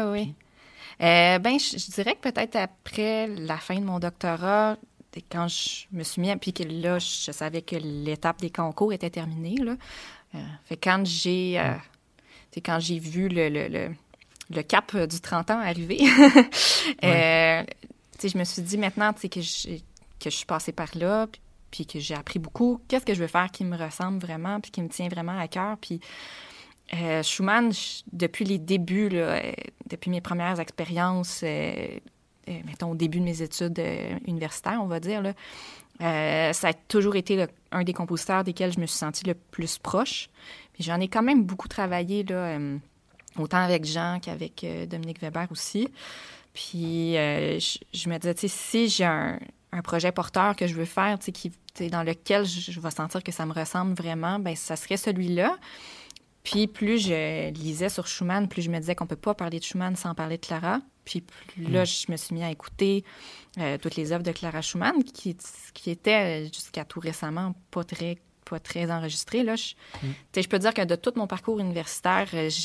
Je dirais que peut-être après la fin de mon doctorat, quand je me suis mis, puis que là, je savais que l'étape des concours était terminée. Là. Quand j'ai vu le cap du 30 ans arriver, je me suis dit maintenant que je suis passée par là, puis que j'ai appris beaucoup, qu'est-ce que je veux faire qui me ressemble vraiment, puis qui me tient vraiment à cœur. Puis Schumann, depuis les débuts, là, depuis mes premières expériences, mettons au début de mes études universitaires, on va dire, là, ça a toujours été un des compositeurs desquels je me suis sentie le plus proche. Puis j'en ai quand même beaucoup travaillé, là, autant avec Jean qu'avec Dominique Weber aussi. Puis je me disais, si j'ai un projet porteur que je veux faire, dans lequel je vais sentir que ça me ressemble vraiment, ben ça serait celui-là. Puis plus je lisais sur Schumann, plus je me disais qu'on ne peut pas parler de Schumann sans parler de Clara. Puis là, je me suis mis à écouter toutes les œuvres de Clara Schumann, qui étaient jusqu'à tout récemment pas très enregistrées. Là. Je peux dire que de tout mon parcours universitaire,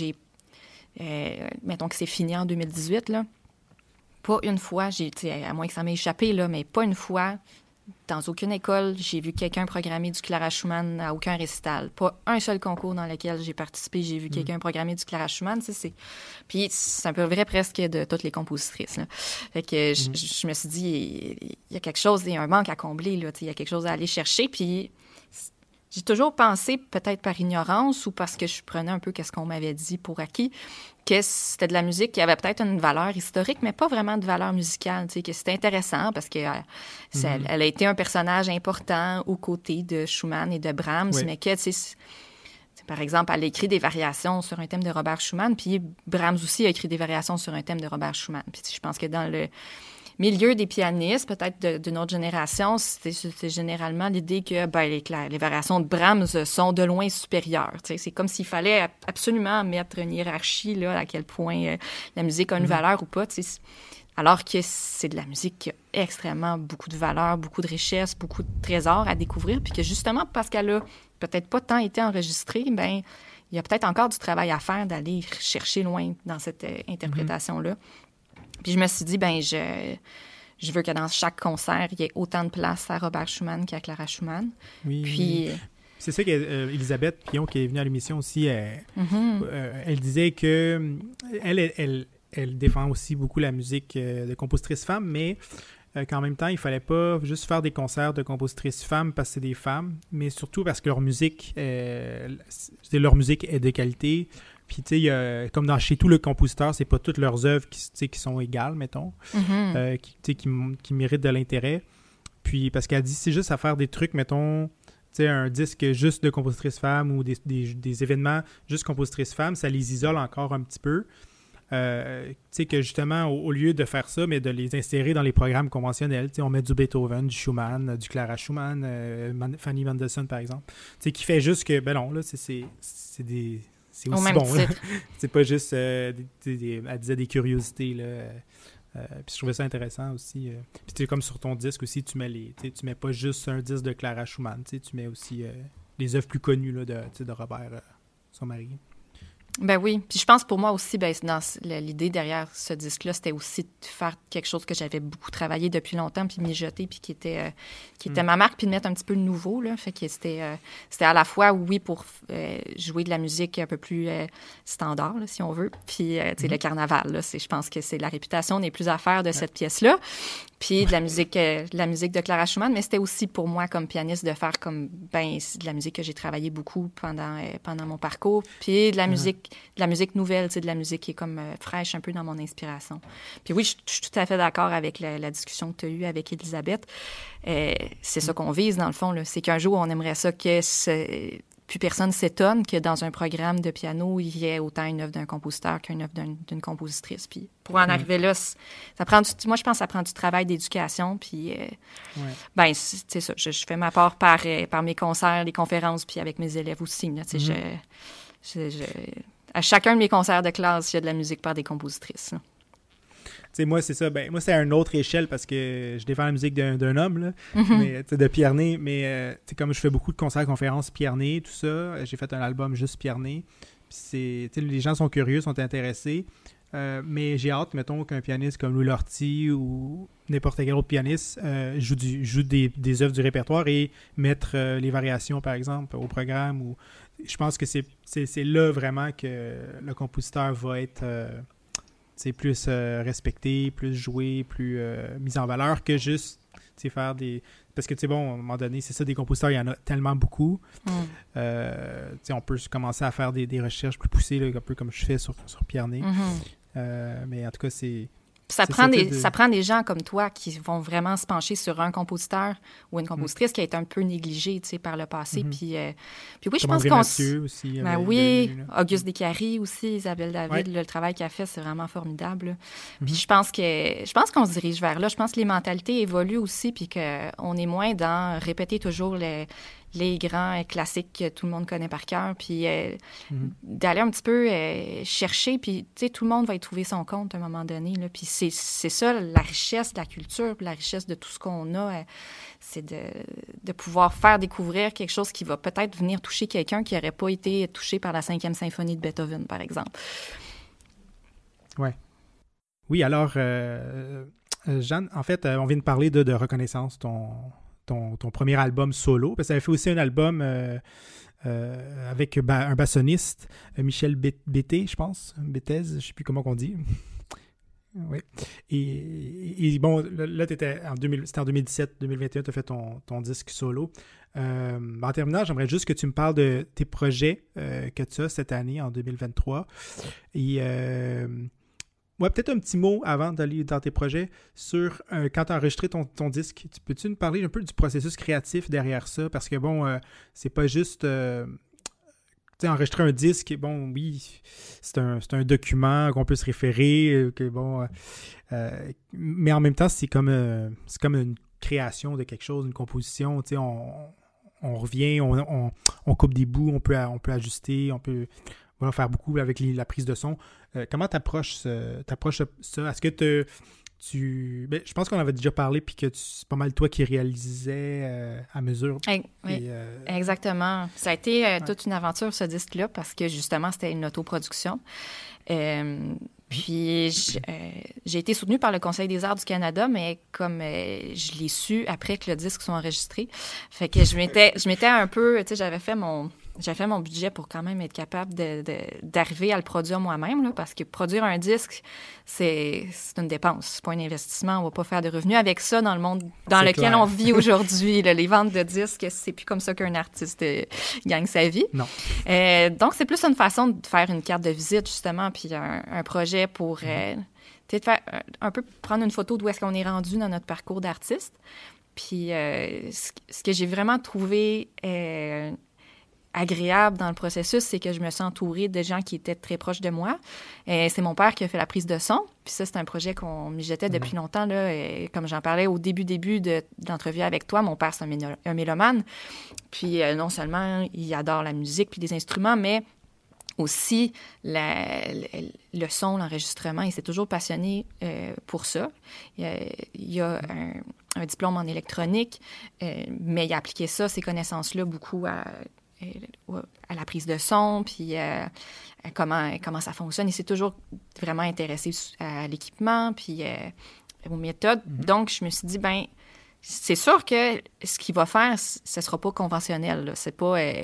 mettons que c'est fini en 2018, là, pas une fois, à moins que ça m'ait échappé, là, mais pas une fois, dans aucune école, j'ai vu quelqu'un programmer du Clara Schumann à aucun récital. Pas un seul concours dans lequel j'ai participé, j'ai vu quelqu'un programmer du Clara Schumann. Puis c'est un peu vrai presque de toutes les compositrices. Là. Fait que je me suis dit, il y a quelque chose, il y a un manque à combler, là, il y a quelque chose à aller chercher. Puis j'ai toujours pensé, peut-être par ignorance ou parce que je prenais un peu ce qu'on m'avait dit pour acquis, que c'était de la musique qui avait peut-être une valeur historique, mais pas vraiment de valeur musicale, que c'était intéressant parce qu'elle elle a été un personnage important aux côtés de Schumann et de Brahms, mais que, par exemple, elle a écrit des variations sur un thème de Robert Schumann, puis Brahms aussi a écrit des variations sur un thème de Robert Schumann. Puis je pense que dans le milieu des pianistes, peut-être d'une autre génération, c'est généralement l'idée que les variations de Brahms sont de loin supérieures. C'est comme s'il fallait absolument mettre une hiérarchie là, à quel point la musique a une valeur ou pas. Alors que c'est de la musique qui a extrêmement beaucoup de valeur, beaucoup de richesse, beaucoup de trésors à découvrir, puis que justement, parce qu'elle a peut-être pas tant été enregistrée, il y a peut-être encore du travail à faire d'aller chercher loin dans cette interprétation-là. Puis je me suis dit, je veux que dans chaque concert, il y ait autant de place à Robert Schumann qu'à Clara Schumann. Oui. Puis c'est ça qu'Elisabeth Pion, qui est venue à l'émission aussi, elle disait que elle défend aussi beaucoup la musique de compositrices femmes, mais qu'en même temps, il fallait pas juste faire des concerts de compositrices femmes parce que c'est des femmes, mais surtout parce que leur musique est de qualité. Puis, tu sais, comme chez tous les compositeurs, c'est pas toutes leurs œuvres qui sont égales, mettons, qui méritent de l'intérêt. Puis, parce qu'elle dit, c'est juste à faire des trucs, mettons, tu sais, un disque juste de compositrices femmes ou des événements juste compositrices femmes, ça les isole encore un petit peu. Tu sais, que justement, au lieu de faire ça, mais de les insérer dans les programmes conventionnels, tu sais, on met du Beethoven, du Schumann, du Clara Schumann, Fanny Mendelssohn, par exemple. Tu sais, qui fait juste que, non, là, c'est aussi bon. C'est pas juste, elle disait des curiosités, là. Puis je trouvais ça intéressant aussi. Puis comme sur ton disque aussi, tu mets pas juste un disque de Clara Schumann, tu mets aussi les œuvres plus connues là, de Robert, son mari. Ben oui. Puis je pense pour moi aussi, dans l'idée derrière ce disque-là, c'était aussi de faire quelque chose que j'avais beaucoup travaillé depuis longtemps, puis mijoté, puis qui était ma marque, puis de mettre un petit peu de nouveau, là. Fait que c'était à la fois, oui, pour jouer de la musique un peu plus standard, là, si on veut. Puis, tu sais, le carnaval, là, je pense que c'est la réputation n'est plus à faire de cette pièce-là. Puis de la musique de Clara Schumann, mais c'était aussi pour moi comme pianiste de faire comme c'est de la musique que j'ai travaillé beaucoup pendant mon parcours, puis de la musique nouvelle, de la musique qui est comme fraîche un peu dans mon inspiration. Puis oui, je suis tout à fait d'accord avec la discussion que tu as eue avec Elisabeth. C'est ça qu'on vise dans le fond, là. C'est qu'un jour on aimerait ça que puis personne s'étonne que dans un programme de piano, il y ait autant une œuvre d'un compositeur qu'une œuvre d'une compositrice. Puis pour en arriver là, moi, je pense que ça prend du travail d'éducation. Puis, c'est ça. Je fais ma part par mes concerts, les conférences, puis avec mes élèves aussi. Là, à chacun de mes concerts de classe, il y a de la musique par des compositrices. Là. Moi, c'est ça. Moi, c'est à une autre échelle parce que je défends la musique d'un homme, là, mais, de Pierné. Mais comme je fais beaucoup de concerts, conférences Pierné, tout ça, j'ai fait un album juste Pierné. Puis les gens sont curieux, sont intéressés. Mais j'ai hâte, mettons, qu'un pianiste comme Louis Lortie ou n'importe quel autre pianiste joue des œuvres du répertoire et mettre les variations, par exemple, au programme. Je pense que c'est là vraiment que le compositeur va être... plus respecté, plus joué, plus mis en valeur que juste faire des... Parce que, à un moment donné, c'est ça, des compositeurs, il y en a tellement beaucoup. On peut commencer à faire des recherches plus poussées, là, un peu comme je fais sur Pierné. Mais en tout cas, ça prend des gens comme toi qui vont vraiment se pencher sur un compositeur ou une compositrice qui a été un peu négligée par le passé. Puis oui, je pense qu'on... Mathieu aussi. Auguste Descaries aussi, Isabelle David, le travail qu'elle a fait, c'est vraiment formidable. Puis je pense qu'on se dirige vers là. Je pense que les mentalités évoluent aussi, puis qu'on est moins dans répéter toujours les grands classiques que tout le monde connaît par cœur, puis d'aller un petit peu chercher, puis tout le monde va y trouver son compte à un moment donné, là. Puis c'est ça, la richesse de la culture, la richesse de tout ce qu'on a, c'est de pouvoir faire découvrir quelque chose qui va peut-être venir toucher quelqu'un qui n'aurait pas été touché par la 5e symphonie de Beethoven, par exemple. Ouais. Oui, alors, Jeanne, en fait, on vient de parler de Reconnaissance, ton premier album solo, parce que tu avais fait aussi un album avec un bassoniste, Michel Bété, je pense, Béthez, je ne sais plus comment on dit. Oui. Et bon, là, c'était en 2017-2021, tu as fait ton disque solo. En terminant, j'aimerais juste que tu me parles de tes projets que tu as cette année, en 2023. Et... peut-être un petit mot avant d'aller dans tes projets sur quand tu as enregistré ton disque. Peux-tu nous parler un peu du processus créatif derrière ça? Parce que, c'est pas juste... enregistrer un disque, oui, c'est un document qu'on peut se référer, mais en même temps, c'est comme une création de quelque chose, une composition. On revient, on coupe des bouts, on peut ajuster, on peut... faire beaucoup avec la prise de son. Comment t'approches ça? Est-ce que je pense qu'on avait déjà parlé puis que c'est pas mal toi qui réalisais à mesure. Oui, exactement. Ça a été toute une aventure, ce disque-là, parce que justement, c'était une autoproduction. Puis, j'ai été soutenue par le Conseil des arts du Canada, mais comme je l'ai su après que le disque soit enregistré, fait que je m'étais un peu, j'avais fait mon budget pour quand même être capable d'arriver à le produire moi-même, là, parce que produire un disque, c'est une dépense, c'est pas un investissement. On va pas faire de revenus avec ça dans le monde dans lequel on vit aujourd'hui. Là, les ventes de disques, c'est plus comme ça qu'un artiste gagne sa vie. Non. Donc, c'est plus une façon de faire une carte de visite, justement, puis un projet pour faire un peu prendre une photo d'où est-ce qu'on est rendu dans notre parcours d'artiste. Puis, ce que j'ai vraiment trouvé... agréable dans le processus, c'est que je me suis entourée de gens qui étaient très proches de moi. C'est mon père qui a fait la prise de son. Puis ça, c'est un projet qu'on mijotait depuis longtemps, là. Et comme j'en parlais au début de l'entrevue avec toi, mon père, c'est un mélomane. Puis non seulement il adore la musique puis des instruments, mais aussi le son, l'enregistrement. Il s'est toujours passionné pour ça. Il a un diplôme en électronique, mais il a appliqué ça, ces connaissances-là, beaucoup à la prise de son, puis comment ça fonctionne. Il s'est toujours vraiment intéressé à l'équipement, puis aux méthodes. Donc, je me suis dit, c'est sûr que ce qu'il va faire, ce ne sera pas conventionnel, là. C'est pas...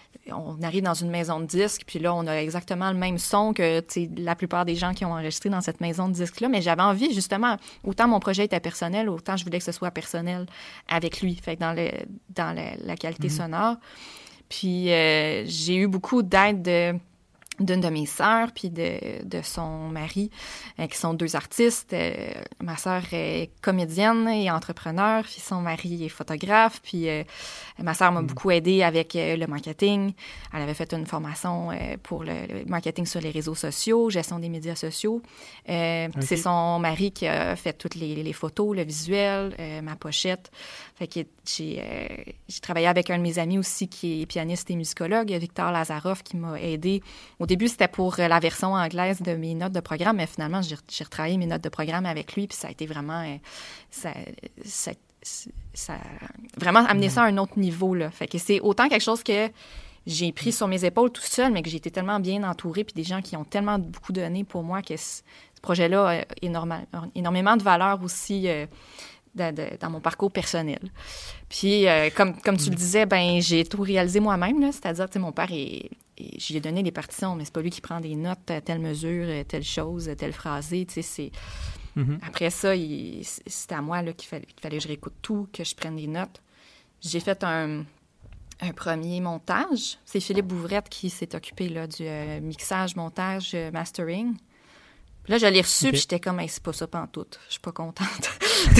on arrive dans une maison de disques, puis là, on a exactement le même son que la plupart des gens qui ont enregistré dans cette maison de disques-là. Mais j'avais envie, justement, autant mon projet était personnel, autant je voulais que ce soit personnel avec lui, fait que dans la qualité sonore. Puis j'ai eu beaucoup d'aide d'une de mes sœurs, puis de son mari, qui sont 2 artistes. Ma sœur est comédienne et entrepreneur, puis son mari est photographe, puis ma sœur m'a beaucoup aidée avec le marketing. Elle avait fait une formation pour le marketing sur les réseaux sociaux, gestion des médias sociaux. C'est son mari qui a fait toutes les photos, le visuel, ma pochette. Fait que j'ai travaillé avec un de mes amis aussi qui est pianiste et musicologue, Victor Lazaroff, qui m'a aidée. Au début, c'était pour la version anglaise de mes notes de programme, mais finalement, j'ai retravaillé mes notes de programme avec lui, puis ça a été vraiment... ça a vraiment amené ça à un autre niveau, là. Fait que c'est autant quelque chose que j'ai pris sur mes épaules tout seul, mais que j'ai été tellement bien entourée, puis des gens qui ont tellement beaucoup donné pour moi que ce projet-là a énormément de valeur aussi... dans mon parcours personnel. Puis, comme tu le disais, ben j'ai tout réalisé moi-même, là, c'est-à-dire, tu sais, mon père, j'y ai donné les partitions, mais c'est pas lui qui prend des notes, telle mesure, telle chose, telle phrasé, tu sais, c'est... Après ça, c'était à moi là, qu'il fallait que je réécoute tout, que je prenne des notes. J'ai fait un premier montage. C'est Philippe Bouvrette qui s'est occupé là, du mixage, montage, mastering. Puis là, je l'ai reçu, puis j'étais comme, hey, c'est pas ça pantoute. Je suis pas contente.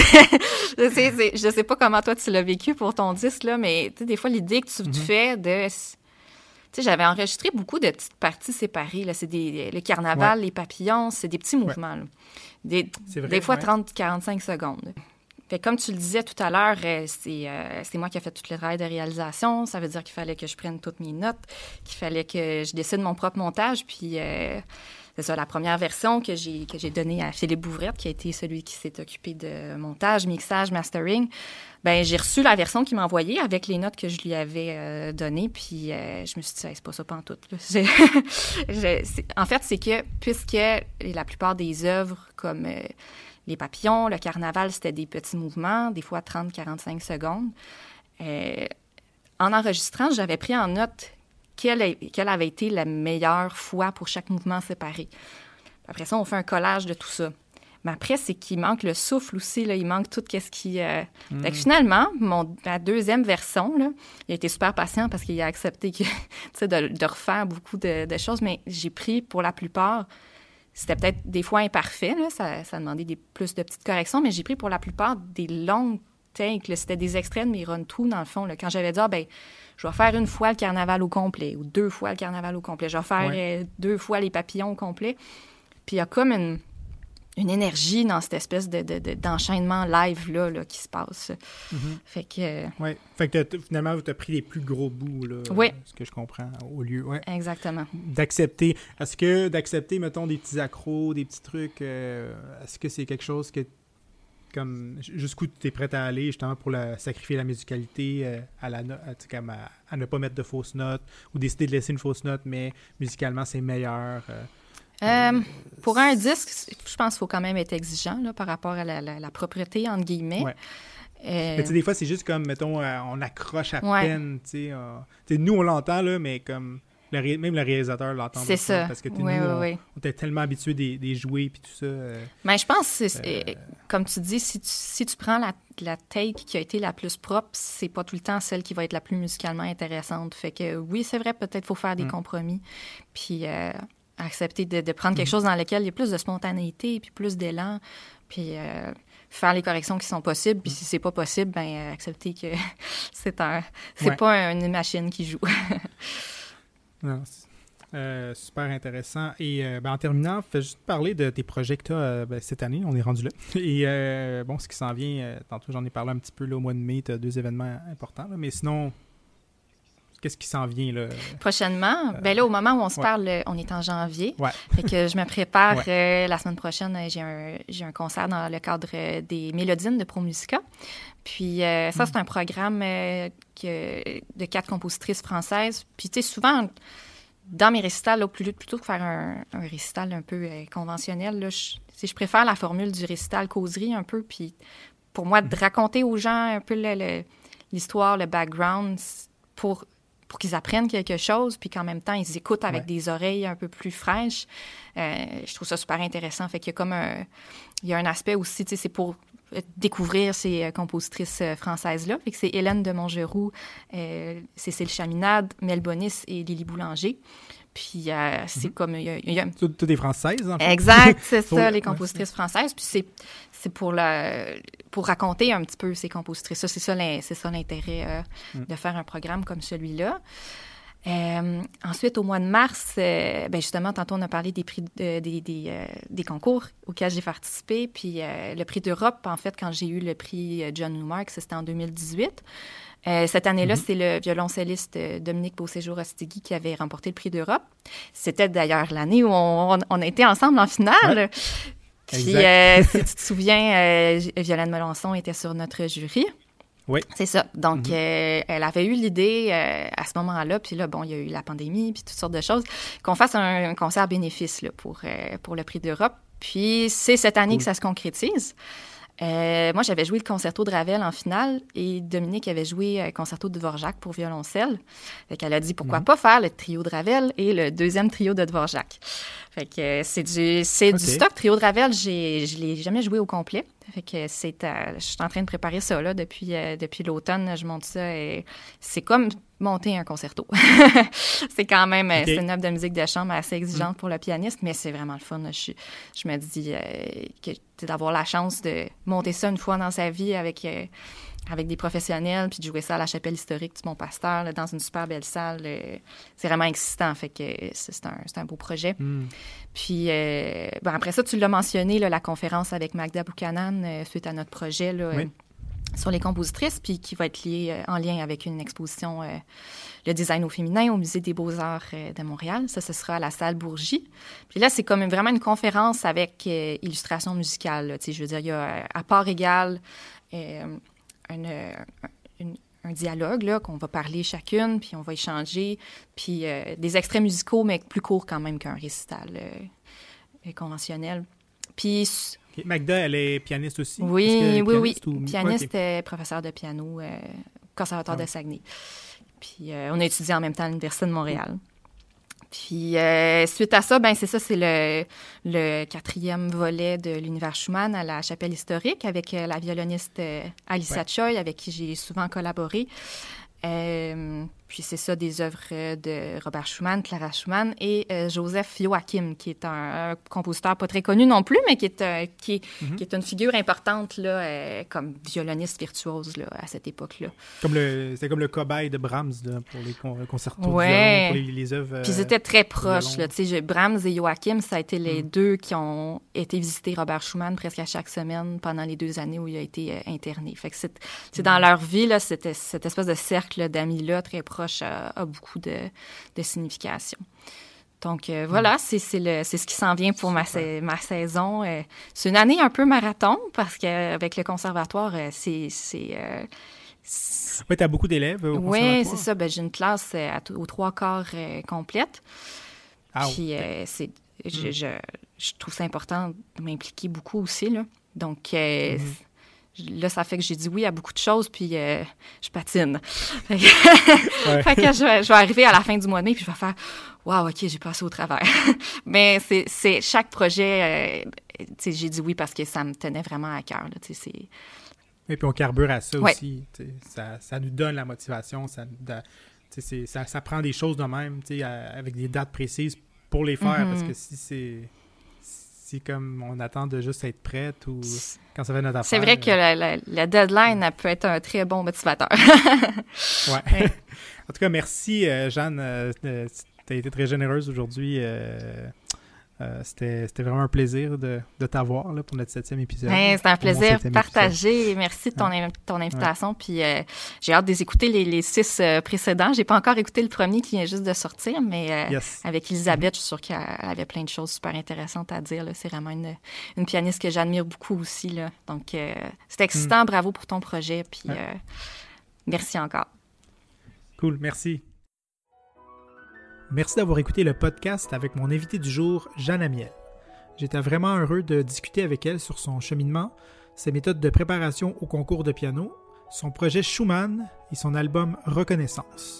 Je sais pas comment toi, tu l'as vécu pour ton disque, là, mais des fois, l'idée que tu te fais de... Tu sais, j'avais enregistré beaucoup de petites parties séparées. Là. C'est le carnaval, les papillons, c'est des petits mouvements. Là. Des fois, 30-45 secondes. Fait comme tu le disais tout à l'heure, c'est moi qui ai fait tout le travail de réalisation. Ça veut dire qu'il fallait que je prenne toutes mes notes, qu'il fallait que je décide mon propre montage, puis... c'est ça, la première version que j'ai donnée à Philippe Bouvrette, qui a été celui qui s'est occupé de montage, mixage, mastering. Ben j'ai reçu la version qu'il m'a envoyée avec les notes que je lui avais données, puis je me suis dit, c'est pas ça pantoute. En fait, c'est que, puisque la plupart des œuvres, comme les papillons, le carnaval, c'était des petits mouvements, des fois 30-45 secondes, en enregistrant, j'avais pris en note quelle avait été la meilleure fois pour chaque mouvement séparé. Après ça, on fait un collage de tout ça. Mais après, c'est qu'il manque le souffle aussi, là, il manque tout ce qui... Fait que finalement, ma deuxième version, là, il a été super patient parce qu'il a accepté de refaire beaucoup de choses, mais j'ai pris pour la plupart... C'était peut-être des fois imparfait, là, ça demandait plus de petites corrections, mais j'ai pris pour la plupart des longues takes. Là, c'était des extraits de mes run-through, dans le fond. Là, quand j'avais dit, je vais faire une fois le carnaval au complet ou 2 fois le carnaval au complet. Je vais faire 2 fois les papillons au complet. Puis il y a comme une énergie dans cette espèce d'enchaînement live-là qui se passe. Fait que... Oui. Fait que finalement, tu as pris les plus gros bouts, là, ce que je comprends, au lieu... Ouais. Exactement. D'accepter. Est-ce que d'accepter, mettons, des petits accros, des petits trucs, est-ce que c'est quelque chose que comme jusqu'où tu es prête à aller justement pour sacrifier la musicalité à ne pas mettre de fausses notes ou décider de laisser une fausse note, mais musicalement c'est meilleur? Pour un disque, je pense qu'il faut quand même être exigeant là, par rapport à la propreté, entre guillemets. Ouais. Mais tu sais, des fois, c'est juste comme, mettons, on accroche à peine, tu sais. Nous, on l'entend, là, mais comme... Même le réalisateur l'entend. C'est ça. Parce que nous, on était tellement habitués des jouets puis tout ça. Mais je pense que, comme tu dis, si tu prends la take qui a été la plus propre, c'est pas tout le temps celle qui va être la plus musicalement intéressante. Fait que oui, c'est vrai, peut-être faut faire des compromis. Puis accepter de prendre quelque chose dans lequel il y a plus de spontanéité puis plus d'élan. Puis faire les corrections qui sont possibles. Puis si c'est pas possible, ben accepter que c'est pas une machine qui joue. Non, super intéressant. Et en terminant, fais juste parler de tes projets que tu as cette année. On est rendu là. Et ce qui s'en vient, tantôt j'en ai parlé un petit peu là, au mois de mai, tu as 2 événements importants. Là, mais sinon, qu'est-ce qui s'en vient? Là? Prochainement? Là, au moment où on se parle, on est en janvier. Ouais. Fait que je me prépare. La semaine prochaine, j'ai un concert dans le cadre des Mélodines de ProMusica. Puis ça, c'est un programme de 4 compositrices françaises. Puis tu sais, souvent, dans mes récitals, là, plutôt que faire un récital un peu conventionnel, là, je préfère la formule du récital causerie un peu. Puis pour moi, de raconter aux gens un peu l'histoire, le background, pour pour qu'ils apprennent quelque chose, puis qu'en même temps, ils écoutent avec des oreilles un peu plus fraîches. Je trouve ça super intéressant. Fait qu'il y a il y a un aspect aussi, tu sais, c'est pour découvrir ces compositrices françaises-là. Fait que c'est Hélène de Montgeroux, Cécile Chaminade, Mel Bonis et Lily Boulanger. Puis c'est comme... Toutes des Françaises, en fait. Exact, c'est ça, les compositrices françaises. Puis c'est pour raconter un petit peu ces compositrices. C'est ça l'intérêt de faire un programme comme celui-là. Ensuite, au mois de mars, justement, tantôt, on a parlé des prix des concours auxquels j'ai participé. Puis le prix d'Europe, en fait, quand j'ai eu le prix John Newmark, c'était en 2018. Cette année-là, c'est le violoncelliste Dominique Beauséjour-Ostigui qui avait remporté le prix d'Europe. C'était d'ailleurs l'année où on a été ensemble en finale. Ouais. Puis, si tu te souviens, Violaine Melançon était sur notre jury. Oui. C'est ça. Donc, elle avait eu l'idée à ce moment-là, puis là, bon, il y a eu la pandémie, puis toutes sortes de choses, qu'on fasse un concert bénéfice là, pour le prix d'Europe. Puis, c'est cette année que ça se concrétise. Moi, j'avais joué le concerto de Ravel en finale et Dominique avait joué le concerto de Dvorak pour violoncelle. Fait qu'elle a dit pourquoi pas faire le trio de Ravel et le deuxième trio de Dvorak. Fait que c'est du stock. Trio de Ravel, je l'ai jamais joué au complet. Fait que je suis en train de préparer ça là depuis l'automne. Je monte ça et c'est comme monter un concerto. C'est quand même c'est une œuvre de musique de chambre assez exigeante pour le pianiste, mais c'est vraiment le fun. Je me dis que d'avoir la chance de monter ça une fois dans sa vie avec des professionnels, puis de jouer ça à la chapelle historique du Mont-Pasteur, là, dans une super belle salle. C'est vraiment excitant, fait que c'est un beau projet. Puis, après ça, tu l'as mentionné, là, la conférence avec Magda Buchanan suite à notre projet là, sur les compositrices, puis qui va être liée en lien avec une exposition Le design au féminin au Musée des Beaux-Arts de Montréal. Ça, ce sera à la salle Bourgie. Puis là, c'est comme vraiment une conférence avec illustration musicale. Là. Je veux dire, il y a à part égale un dialogue là, qu'on va parler chacune, puis on va échanger, puis des extraits musicaux, mais plus courts quand même qu'un récital conventionnel. Puis... Okay. Magda, elle est pianiste aussi? Oui. Pianiste, professeure de piano, conservatoire de Saguenay. Puis on a étudié en même temps à l'Université de Montréal. Puis, suite à ça, c'est ça, c'est le 4e volet de l'Univers Schumann à la chapelle historique avec la violoniste Alissa Choi, avec qui j'ai souvent collaboré. Puis c'est ça, des œuvres de Robert Schumann, Clara Schumann et Joseph Joachim, qui est un compositeur pas très connu non plus, mais qui est une figure importante là, comme violoniste virtuose là, à cette époque-là. C'était comme le cobaye de Brahms là, pour les concertos de violon, pour les œuvres. Puis ils étaient très proches. Là, Brahms et Joachim, ça a été les deux qui ont été visiter Robert Schumann presque à chaque semaine pendant les 2 années où il a été interné. Fait que c'est dans leur vie, là, cette espèce de cercle d'amis-là très proche a beaucoup de signification. Donc, voilà, c'est ce qui s'en vient pour ma saison. C'est une année un peu marathon parce qu'avec le conservatoire, oui, tu as beaucoup d'élèves au conservatoire? Oui, c'est ça. J'ai une classe aux 3/4 complète. Puis, je trouve ça important de m'impliquer beaucoup aussi. Là. Donc, là, ça fait que j'ai dit oui à beaucoup de choses, puis je patine. Fait que je vais arriver à la fin du mois de mai, puis je vais faire « Wow, OK, j'ai passé au travers. » Mais c'est chaque projet, j'ai dit oui parce que ça me tenait vraiment à cœur. Là, et puis on carbure à ça aussi. Ça nous donne la motivation. Ça prend des choses de même, avec des dates précises pour les faire, parce que si c'est comme on attend de juste être prête ou quand ça fait notre affaire. C'est vrai que la deadline elle peut être un très bon motivateur. Ouais. En tout cas, merci, Jeanne. Tu as été très généreuse aujourd'hui. C'était vraiment un plaisir de t'avoir là, pour notre 7e épisode. C'était un plaisir partagé. Merci de ton invitation. Puis j'ai hâte de les écouter les 6 précédents. J'ai pas encore écouté le premier qui vient juste de sortir, mais avec Elisabeth, je suis sûre qu'elle avait plein de choses super intéressantes à dire. Là. C'est vraiment une pianiste que j'admire beaucoup aussi. Là. Donc, c'est excitant. Bravo pour ton projet. Puis merci encore. Cool. Merci. Merci d'avoir écouté le podcast avec mon invité du jour, Jeanne Amiel. J'étais vraiment heureux de discuter avec elle sur son cheminement, ses méthodes de préparation au concours de piano, son projet Schumann et son album Reconnaissance.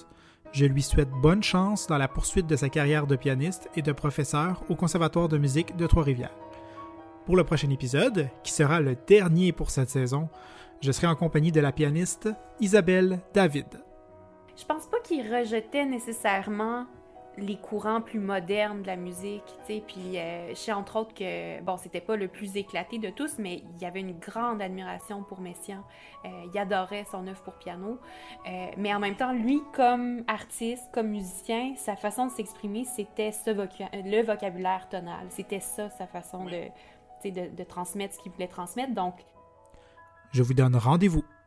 Je lui souhaite bonne chance dans la poursuite de sa carrière de pianiste et de professeur au Conservatoire de musique de Trois-Rivières. Pour le prochain épisode, qui sera le dernier pour cette saison, je serai en compagnie de la pianiste Isabelle David. Je pense pas qu'il rejetait nécessairement les courants plus modernes de la musique, tu sais, puis je sais entre autres que, bon, c'était pas le plus éclaté de tous, mais il y avait une grande admiration pour Messiaen. Il adorait son œuvre pour piano, mais en même temps, lui, comme artiste, comme musicien, sa façon de s'exprimer, c'était le vocabulaire tonal. C'était ça, sa façon de transmettre ce qu'il voulait transmettre, donc... Je vous donne rendez-vous